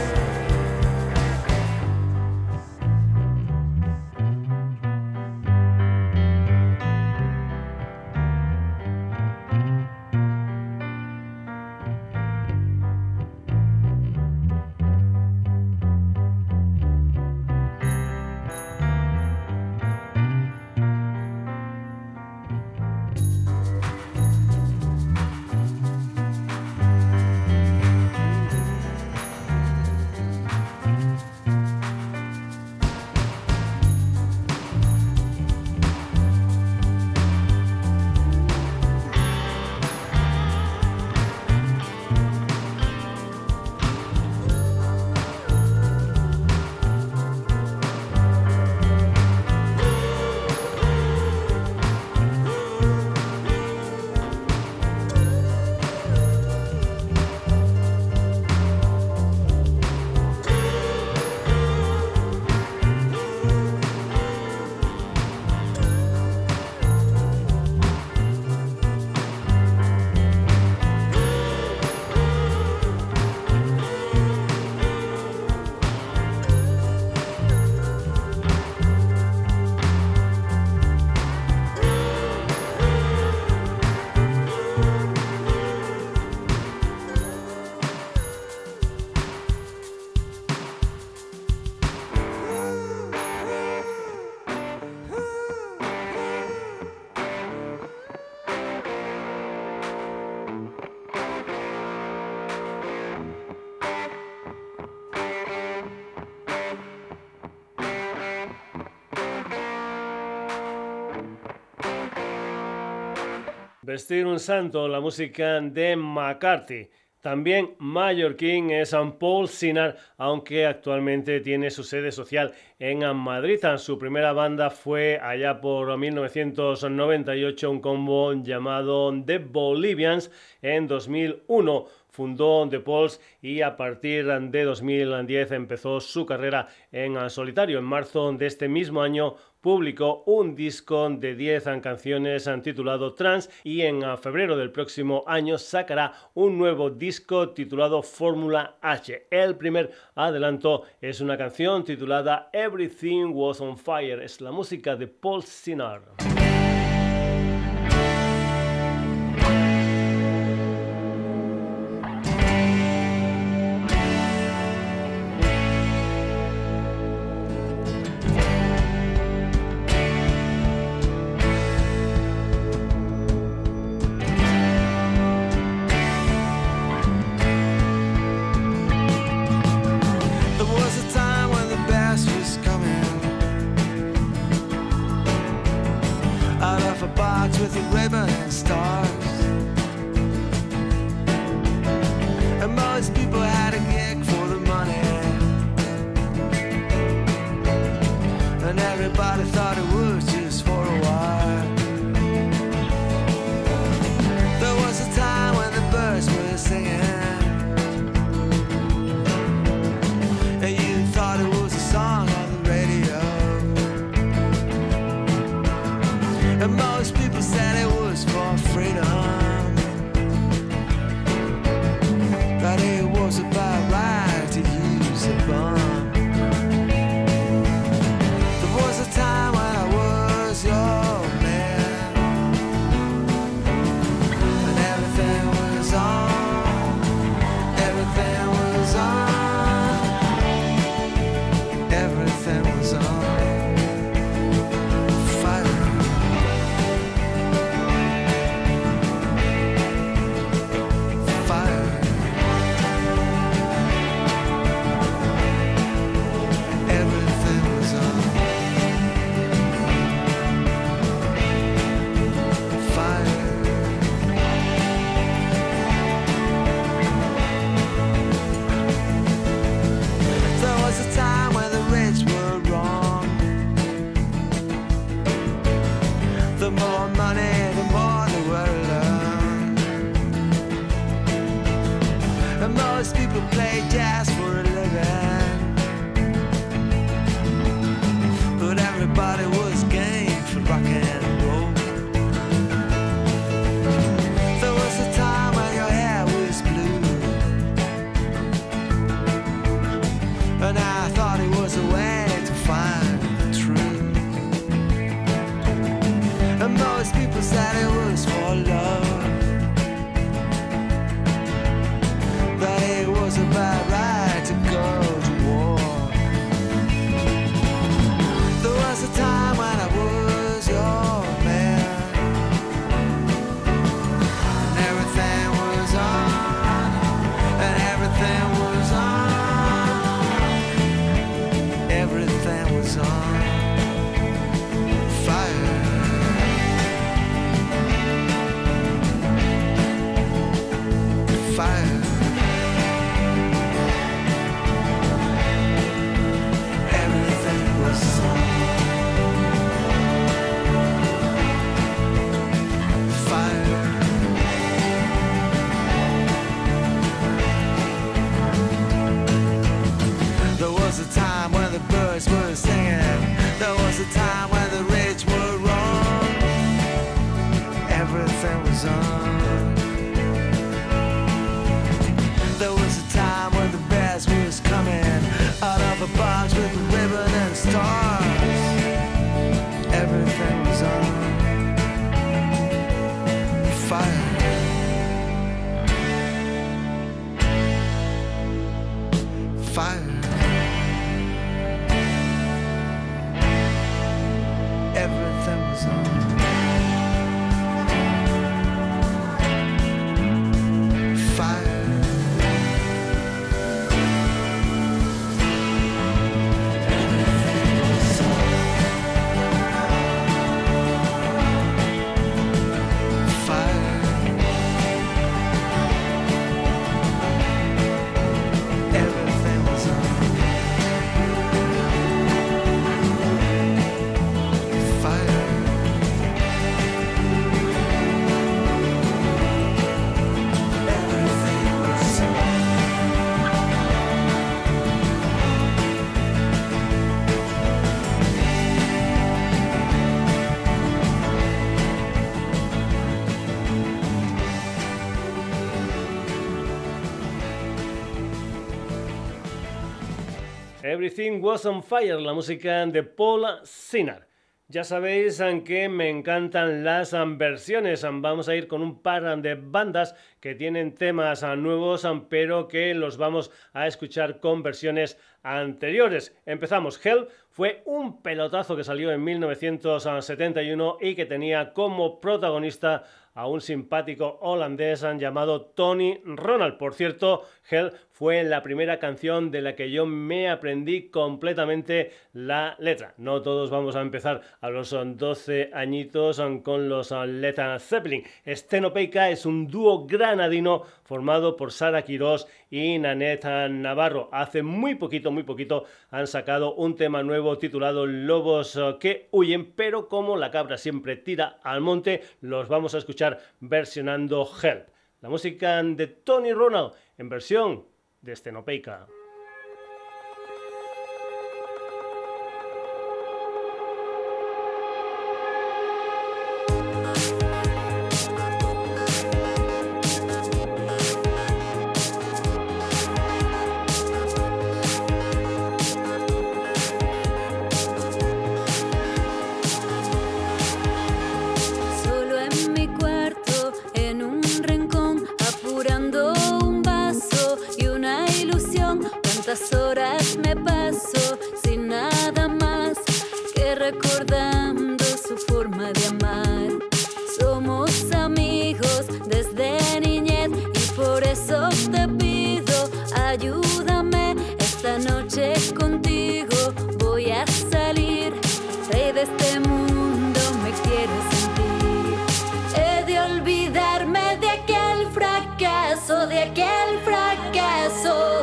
Vestir un santo, la música de McCarthy. También mallorquín es Paul Sinard, aunque actualmente tiene su sede social en Madrid. Su primera banda fue allá por mil novecientos noventa y ocho, un combo llamado The Bolivians. En dos mil uno fundó The Pauls y a partir de dos mil diez empezó su carrera en solitario. En marzo de este mismo año publicó un disco de diez canciones titulado Trans y en febrero del próximo año sacará un nuevo disco titulado Fórmula H. El primer adelanto es una canción titulada Everything Was on Fire. Es la música de Paul Sinard. With a ribbon and stars, and most people had a gig for the money, and everybody thought it was just for a while. There was a time when the birds were singing, and you thought it was a song on the radio, and most people said it was for freedom, that it was about right to use a bomb. There was a time when I was your man, and everything was on, everything was on, everything was on. Everything Was on Fire, la música de Paul Sinner. Ya sabéis que me encantan las versiones. Vamos a ir con un par de bandas que tienen temas nuevos, pero que los vamos a escuchar con versiones anteriores. Empezamos. Hell fue un pelotazo que salió en mil novecientos setenta y uno y que tenía como protagonista a un simpático holandés llamado Tony Ronald. Por cierto, Hell fue la primera canción de la que yo me aprendí completamente la letra. No todos vamos a empezar a los doce añitos con los Led Zeppelin. Stenopeica es un dúo granadino formado por Sara Quirós y Nanette Navarro. Hace muy poquito, muy poquito han sacado un tema nuevo titulado Lobos que huyen, pero como la cabra siempre tira al monte, los vamos a escuchar versionando Help. La música de Tony Ronald en versión de Stenopeica. ¿Cuántas horas me paso sin nada más que recordando su forma de amar? Somos amigos desde niñez y por eso te pido, ayúdame. Esta noche contigo voy a salir, rey de este mundo me quiero sentir. He de olvidarme de aquel fracaso, de aquel fracaso.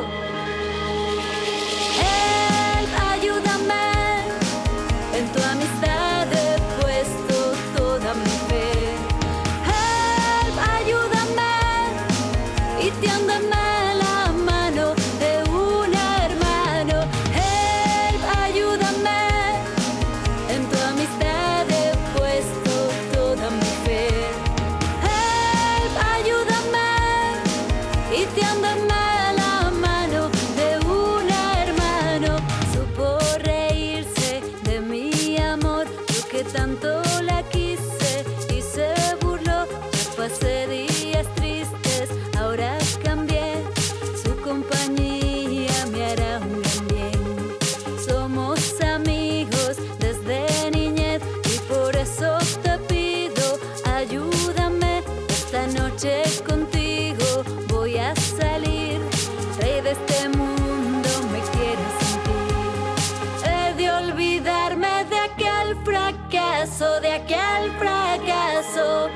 Contigo voy a salir, rey de este mundo me quiero sentir. He de olvidarme de aquel fracaso, de aquel fracaso.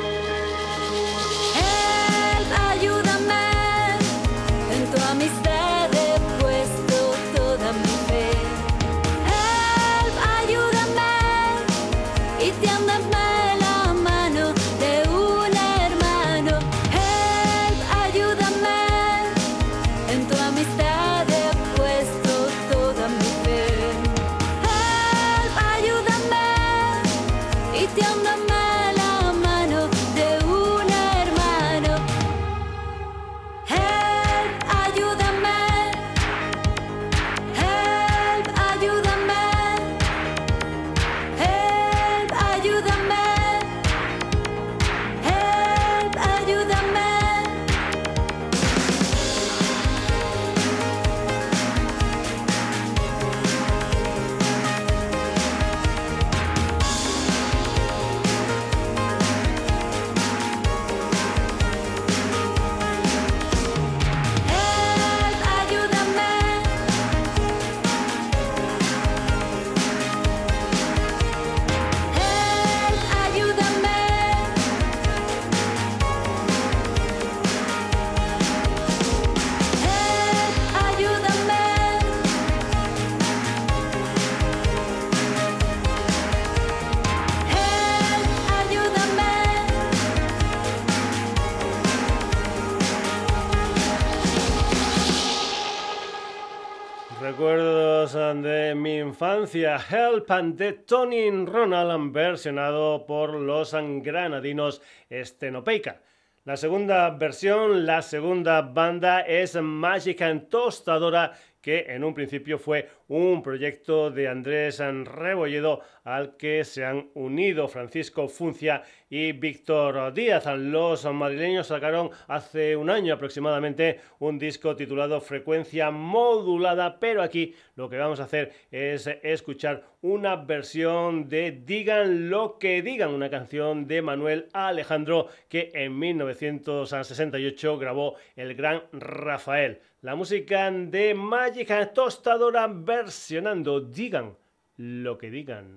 Help, ayúdame, en tu amistad he puesto toda mi fe. Help, ayúdame y tiéndeme la mano de un hermano. Help, ayúdame, en tu amistad he puesto toda mi fe. Help, ayúdame y tiéndeme la mano de un hermano. Help, ayúdame. Help, ayúdame. Help, ayúdame. Help, ayúdame. Help, ayúdame. Help, ayúdame. Help, ayúdame. Help, ayúdame. Recuerdos de mi infancia. Help de Tony Ronald, versionado por los granadinos Stenopeica. La segunda versión, la segunda banda es Magic and Tostadora, que en un principio fue un proyecto de Andrés Rebolledo al que se han unido Francisco Funcia y Víctor Díaz. Los madrileños sacaron hace un año aproximadamente un disco titulado Frecuencia Modulada, pero aquí lo que vamos a hacer es escuchar una versión de Digan lo que digan, una canción de Manuel Alejandro que en mil novecientos sesenta y ocho grabó el gran Rafael. La música de Magic Tostadora versionando Digan lo que digan.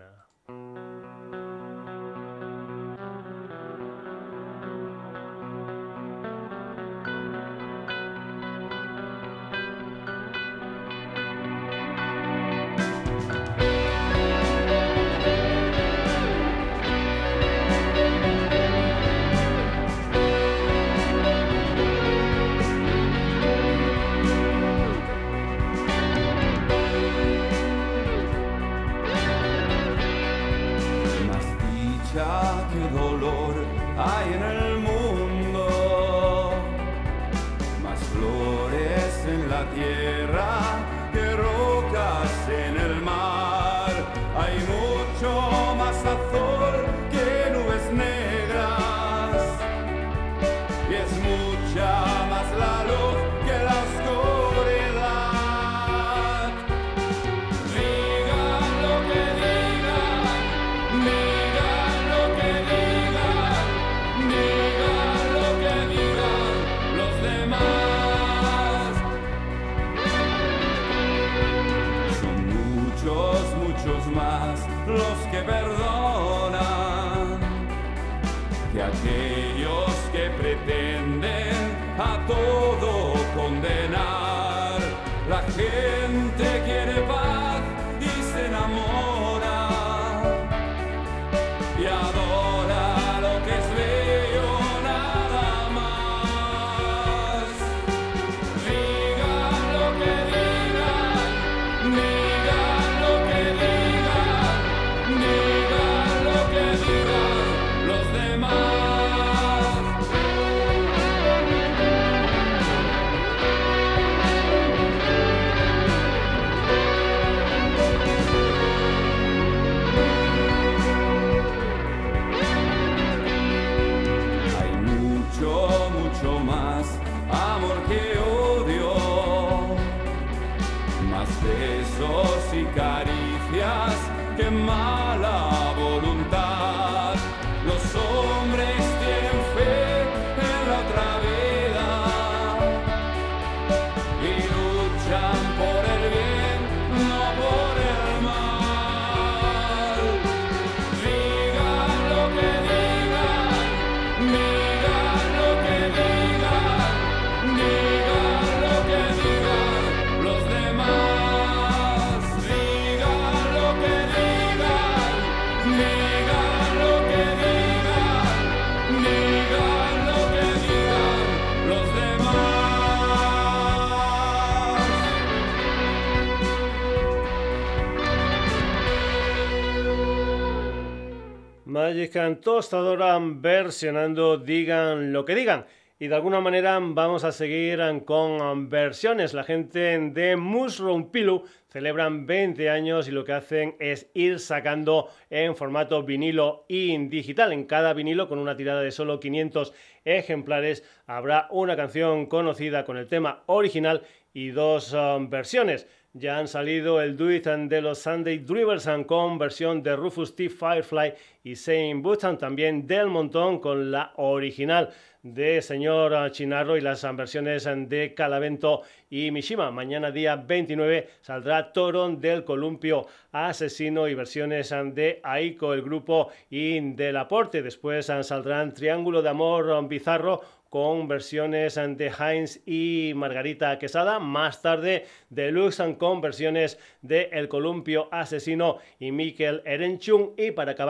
Magic Tostadora versionando Digan lo que digan. Y de alguna manera vamos a seguir con versiones. La gente de Mushroom Pillow celebran veinte años y lo que hacen es ir sacando en formato vinilo y digital. En cada vinilo, con una tirada de solo quinientos ejemplares, habrá una canción conocida con el tema original y dos um, versiones. Ya han salido el Do It de los Sunday Drivers con versión de Rufus T. Firefly y Shane Button, también Del Montón con la original de Señor Chinarro y las versiones de Calavento y Mishima. Mañana día veintinueve saldrá Toro del Columpio Asesino y versiones de Aiko, el grupo y del Aporte. Después saldrán Triángulo de Amor Bizarro con versiones de Heinz y Margarita Quesada. Más tarde, Deluxe con versiones de El Columpio Asesino y Mikel Erenchun. Y para acabar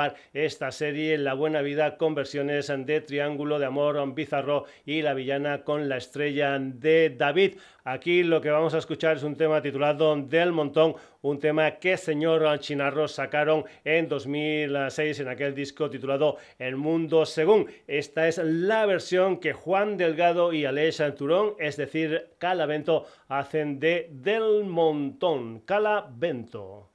esta serie La Buena Vida, con versiones de Triángulo de Amor, Bizarro y La Villana con la estrella de David. Aquí lo que vamos a escuchar es un tema titulado Del Montón, un tema que Señor Chinarro sacaron en dos mil seis en aquel disco titulado El Mundo Según. Esta es la versión que Juan Delgado y Aleix Turón, es decir, Calavento, hacen de Del Montón. Calavento.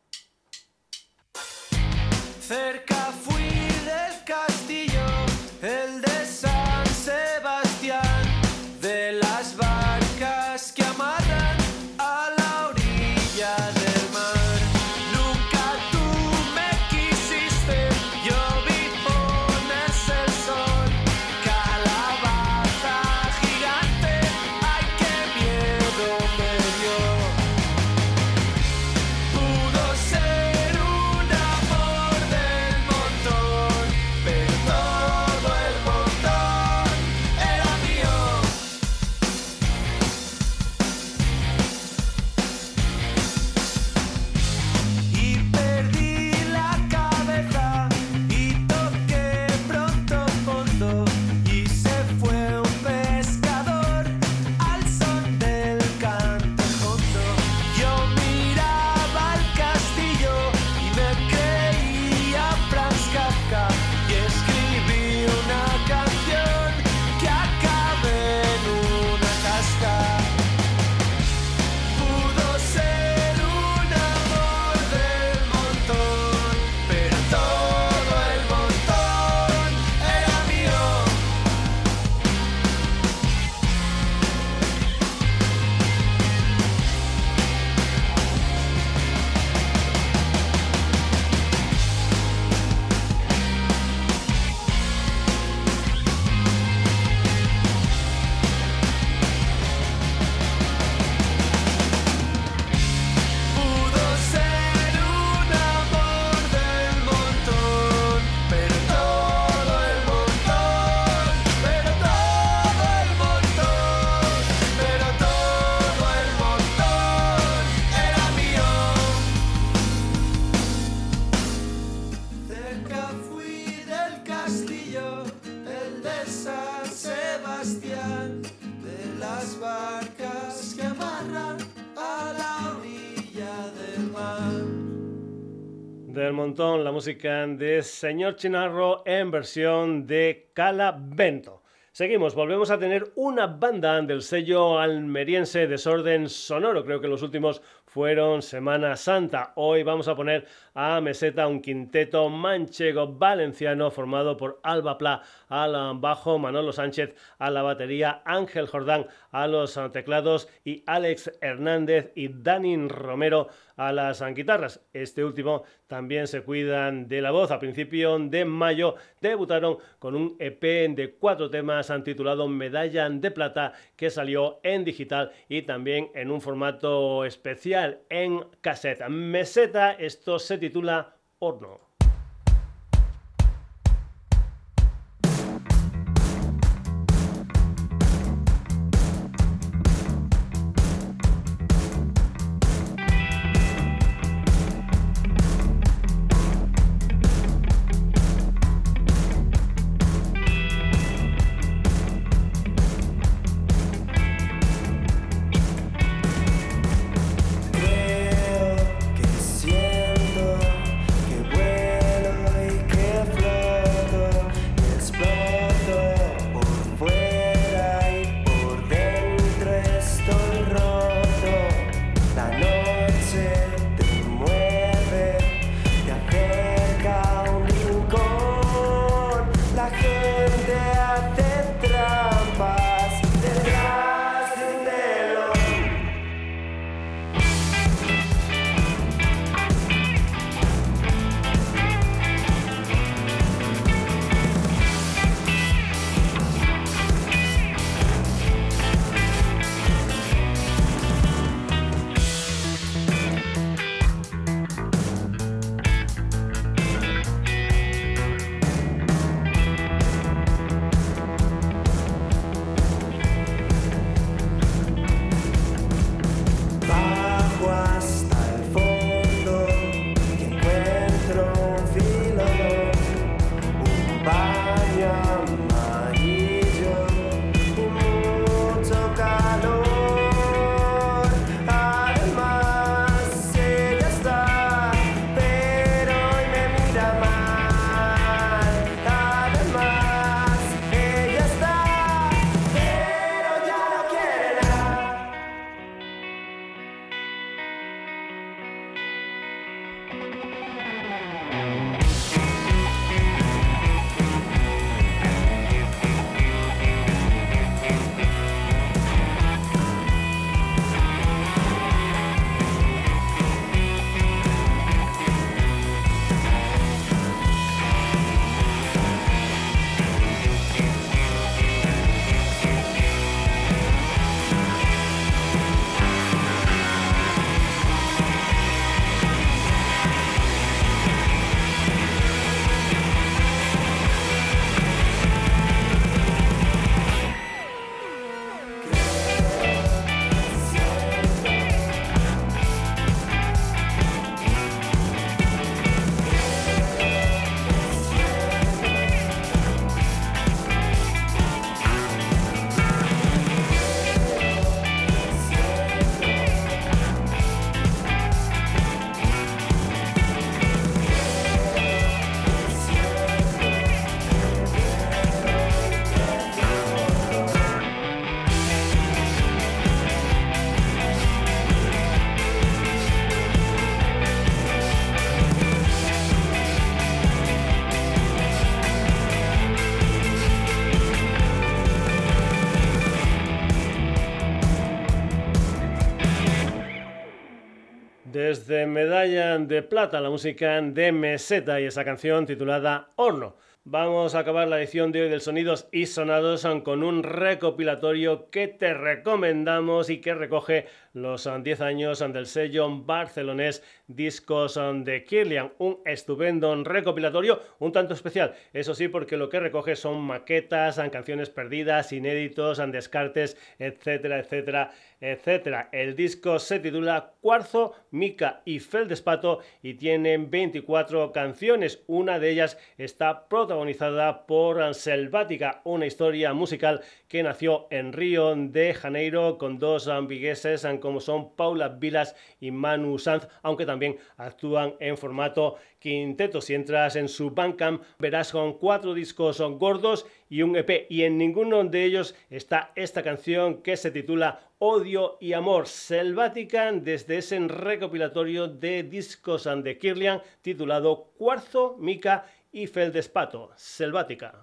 Cerca fui del castillo, el de San Sebastián, de las barcas que amarran a la orilla del mar. Nunca tú me quisiste, yo vi ponerse el sol. Calabaza gigante, ay qué miedo me dio. Pudo ser un amor del montón, pero todo el montón era mío. Y perdí la cabeza y toqué pronto fondo, y se fue un pescador al son del cantejondo. Yo miraba el castillo y me creía Franz Kafka, y escribí una canción que acabé en una casca. Pudo ser un amor del montón, pero todo el montón era mío. Pudo ser un amor del montón, pero todo el montón, pero todo el montón, pero todo el montón era mío. Cerca fui del castillo, el de San Sebastián, de las barcas que amarran a la orilla del mar. Del Montón, la música de Señor Chinarro en versión de Calavento. Seguimos, volvemos a tener una banda del sello almeriense Desorden Sonoro. Creo que los últimos fueron Semana Santa. Hoy vamos a poner a Meseta, un quinteto manchego valenciano formado por Alba Pla al bajo, Manolo Sánchez a la batería, Ángel Jordán a los teclados y Alex Hernández y Dani Romero a las guitarras. Este último también se cuidan de la voz. A principio de mayo debutaron con un E P de cuatro temas titulado Medalla de Plata, que salió en digital y también en un formato especial en cassette. Meseta, esto se titula Horno. Creo que siento que vuelvo Desde medalla de plata, la música de Meseta y esa canción titulada Horno. Vamos a acabar la edición de hoy del Sonidos y Sonados con un recopilatorio que te recomendamos y que recoge los diez años del sello barcelonés Discos de Kirlian. Un estupendo recopilatorio, un tanto especial, eso sí, porque lo que recoge son maquetas, canciones perdidas, inéditos, descartes, etcétera, etcétera, etcétera. El disco se titula Cuarzo, Mica y Feldespato y tiene veinticuatro canciones. Una de ellas está protagonizada por Selvática, una historia musical que nació en Río de Janeiro con dos vigueses como son Paula Vilas y Manu Sanz, aunque también actúan en formato quinteto. Si entras en su Bandcamp verás con cuatro discos gordos y un E P, y en ninguno de ellos está esta canción que se titula Odio y Amor. Selvática, desde ese recopilatorio de Discos de Kirlian titulado Cuarzo, Mica y Feldespato. Selvática.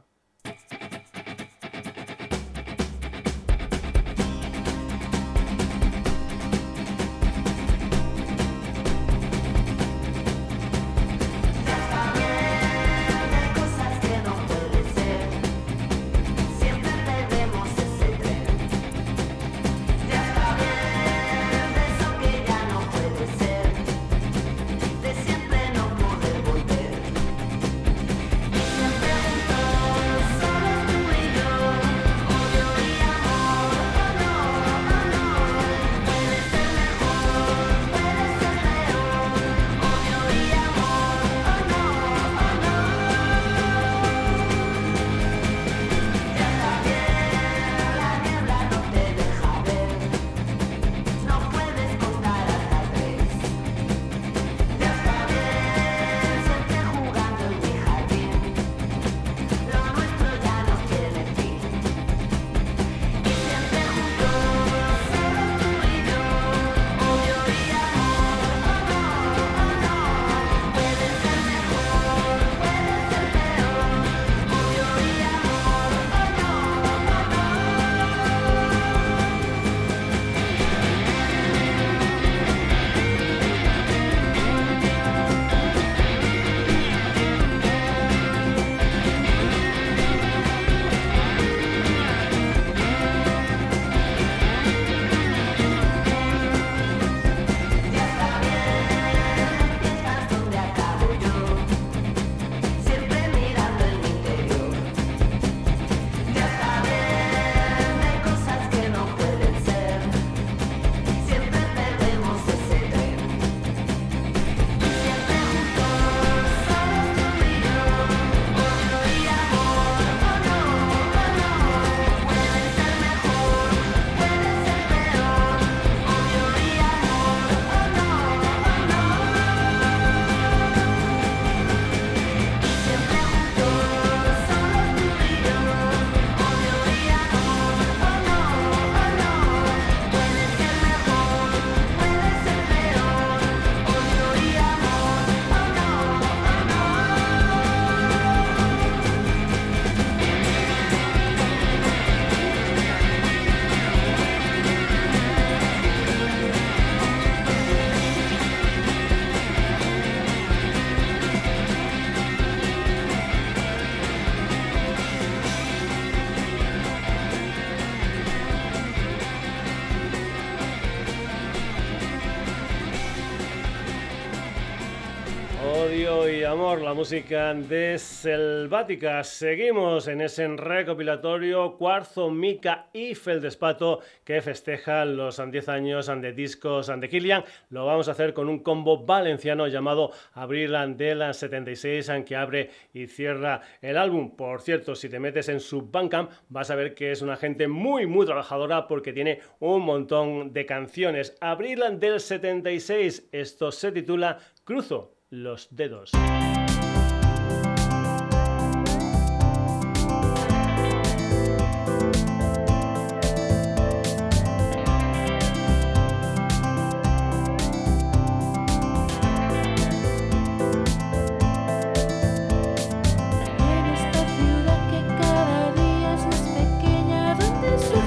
Odio y Amor, la música de Selvática. Seguimos en ese recopilatorio Cuarzo, Mica y Feldespato que festeja los diez años de Discos de Kirlian. Lo vamos a hacer con un combo valenciano llamado Abril del setenta y seis, que abre y cierra el álbum. Por cierto, si te metes en su Bandcamp vas a ver que es una gente muy muy trabajadora porque tiene un montón de canciones. Abril del setenta y seis, esto se titula Cruzo los dedos.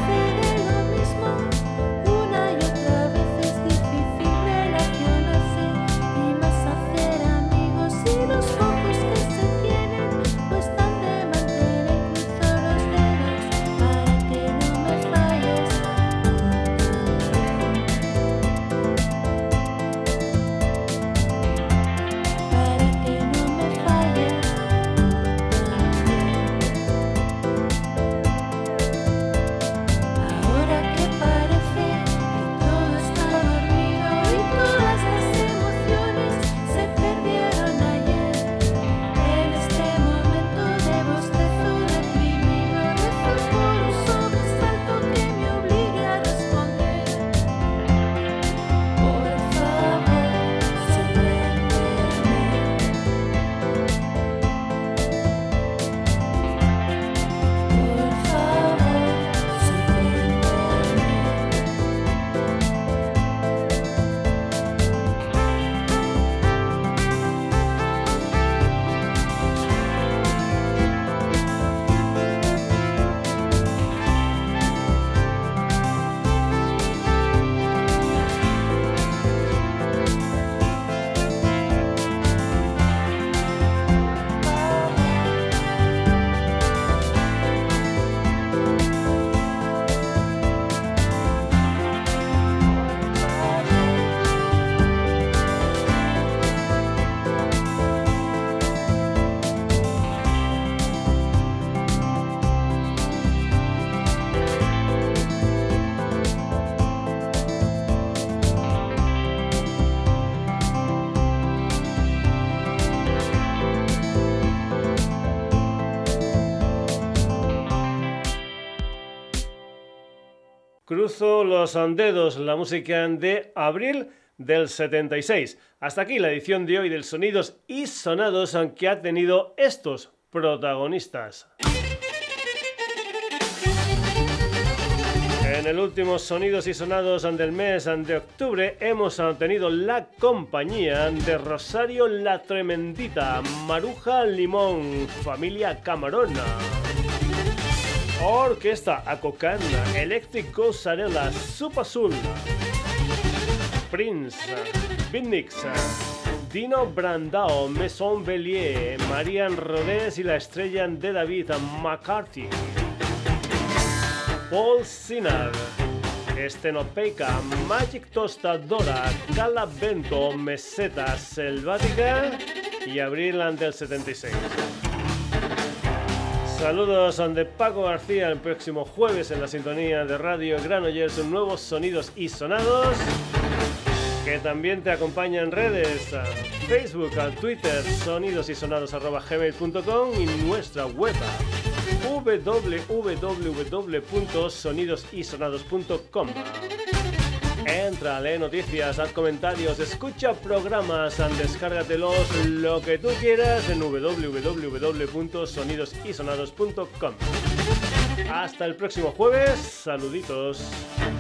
Una y otra vez es difícil relacionarse. Cruzo los dedos, la música de abril del setenta y seis. Hasta aquí la edición de hoy del Sonidos y Sonados, que ha tenido estos protagonistas. En el último Sonidos y Sonados del mes de octubre hemos tenido la compañía de Rosario La Tremendita, Maruja Limón, Familia Camarona, Orquesta Acocana, Eléctrico Sarela, Sup Azul, Prince, Bitnix, Dino Brandao, Maison Bellier, Marian Rodés y la estrella de David McCarthy, Paul Sinar, Estenopeica, Magic Tostadora, Calavento, Meseta Selvática y Abril del setenta y seis. Saludos de Paco García el próximo jueves en la sintonía de Radio Granollers, nuevos Sonidos y Sonados, que también te acompaña en redes, a Facebook, a Twitter, sonidosysonados arroba gmail punto com y nuestra web w w w punto sonidos y sonados punto com. Entra, lee noticias, haz comentarios, escucha programas, descárgatelos, lo que tú quieras en w w w punto sonidos y sonados punto com. Hasta el próximo jueves, saluditos.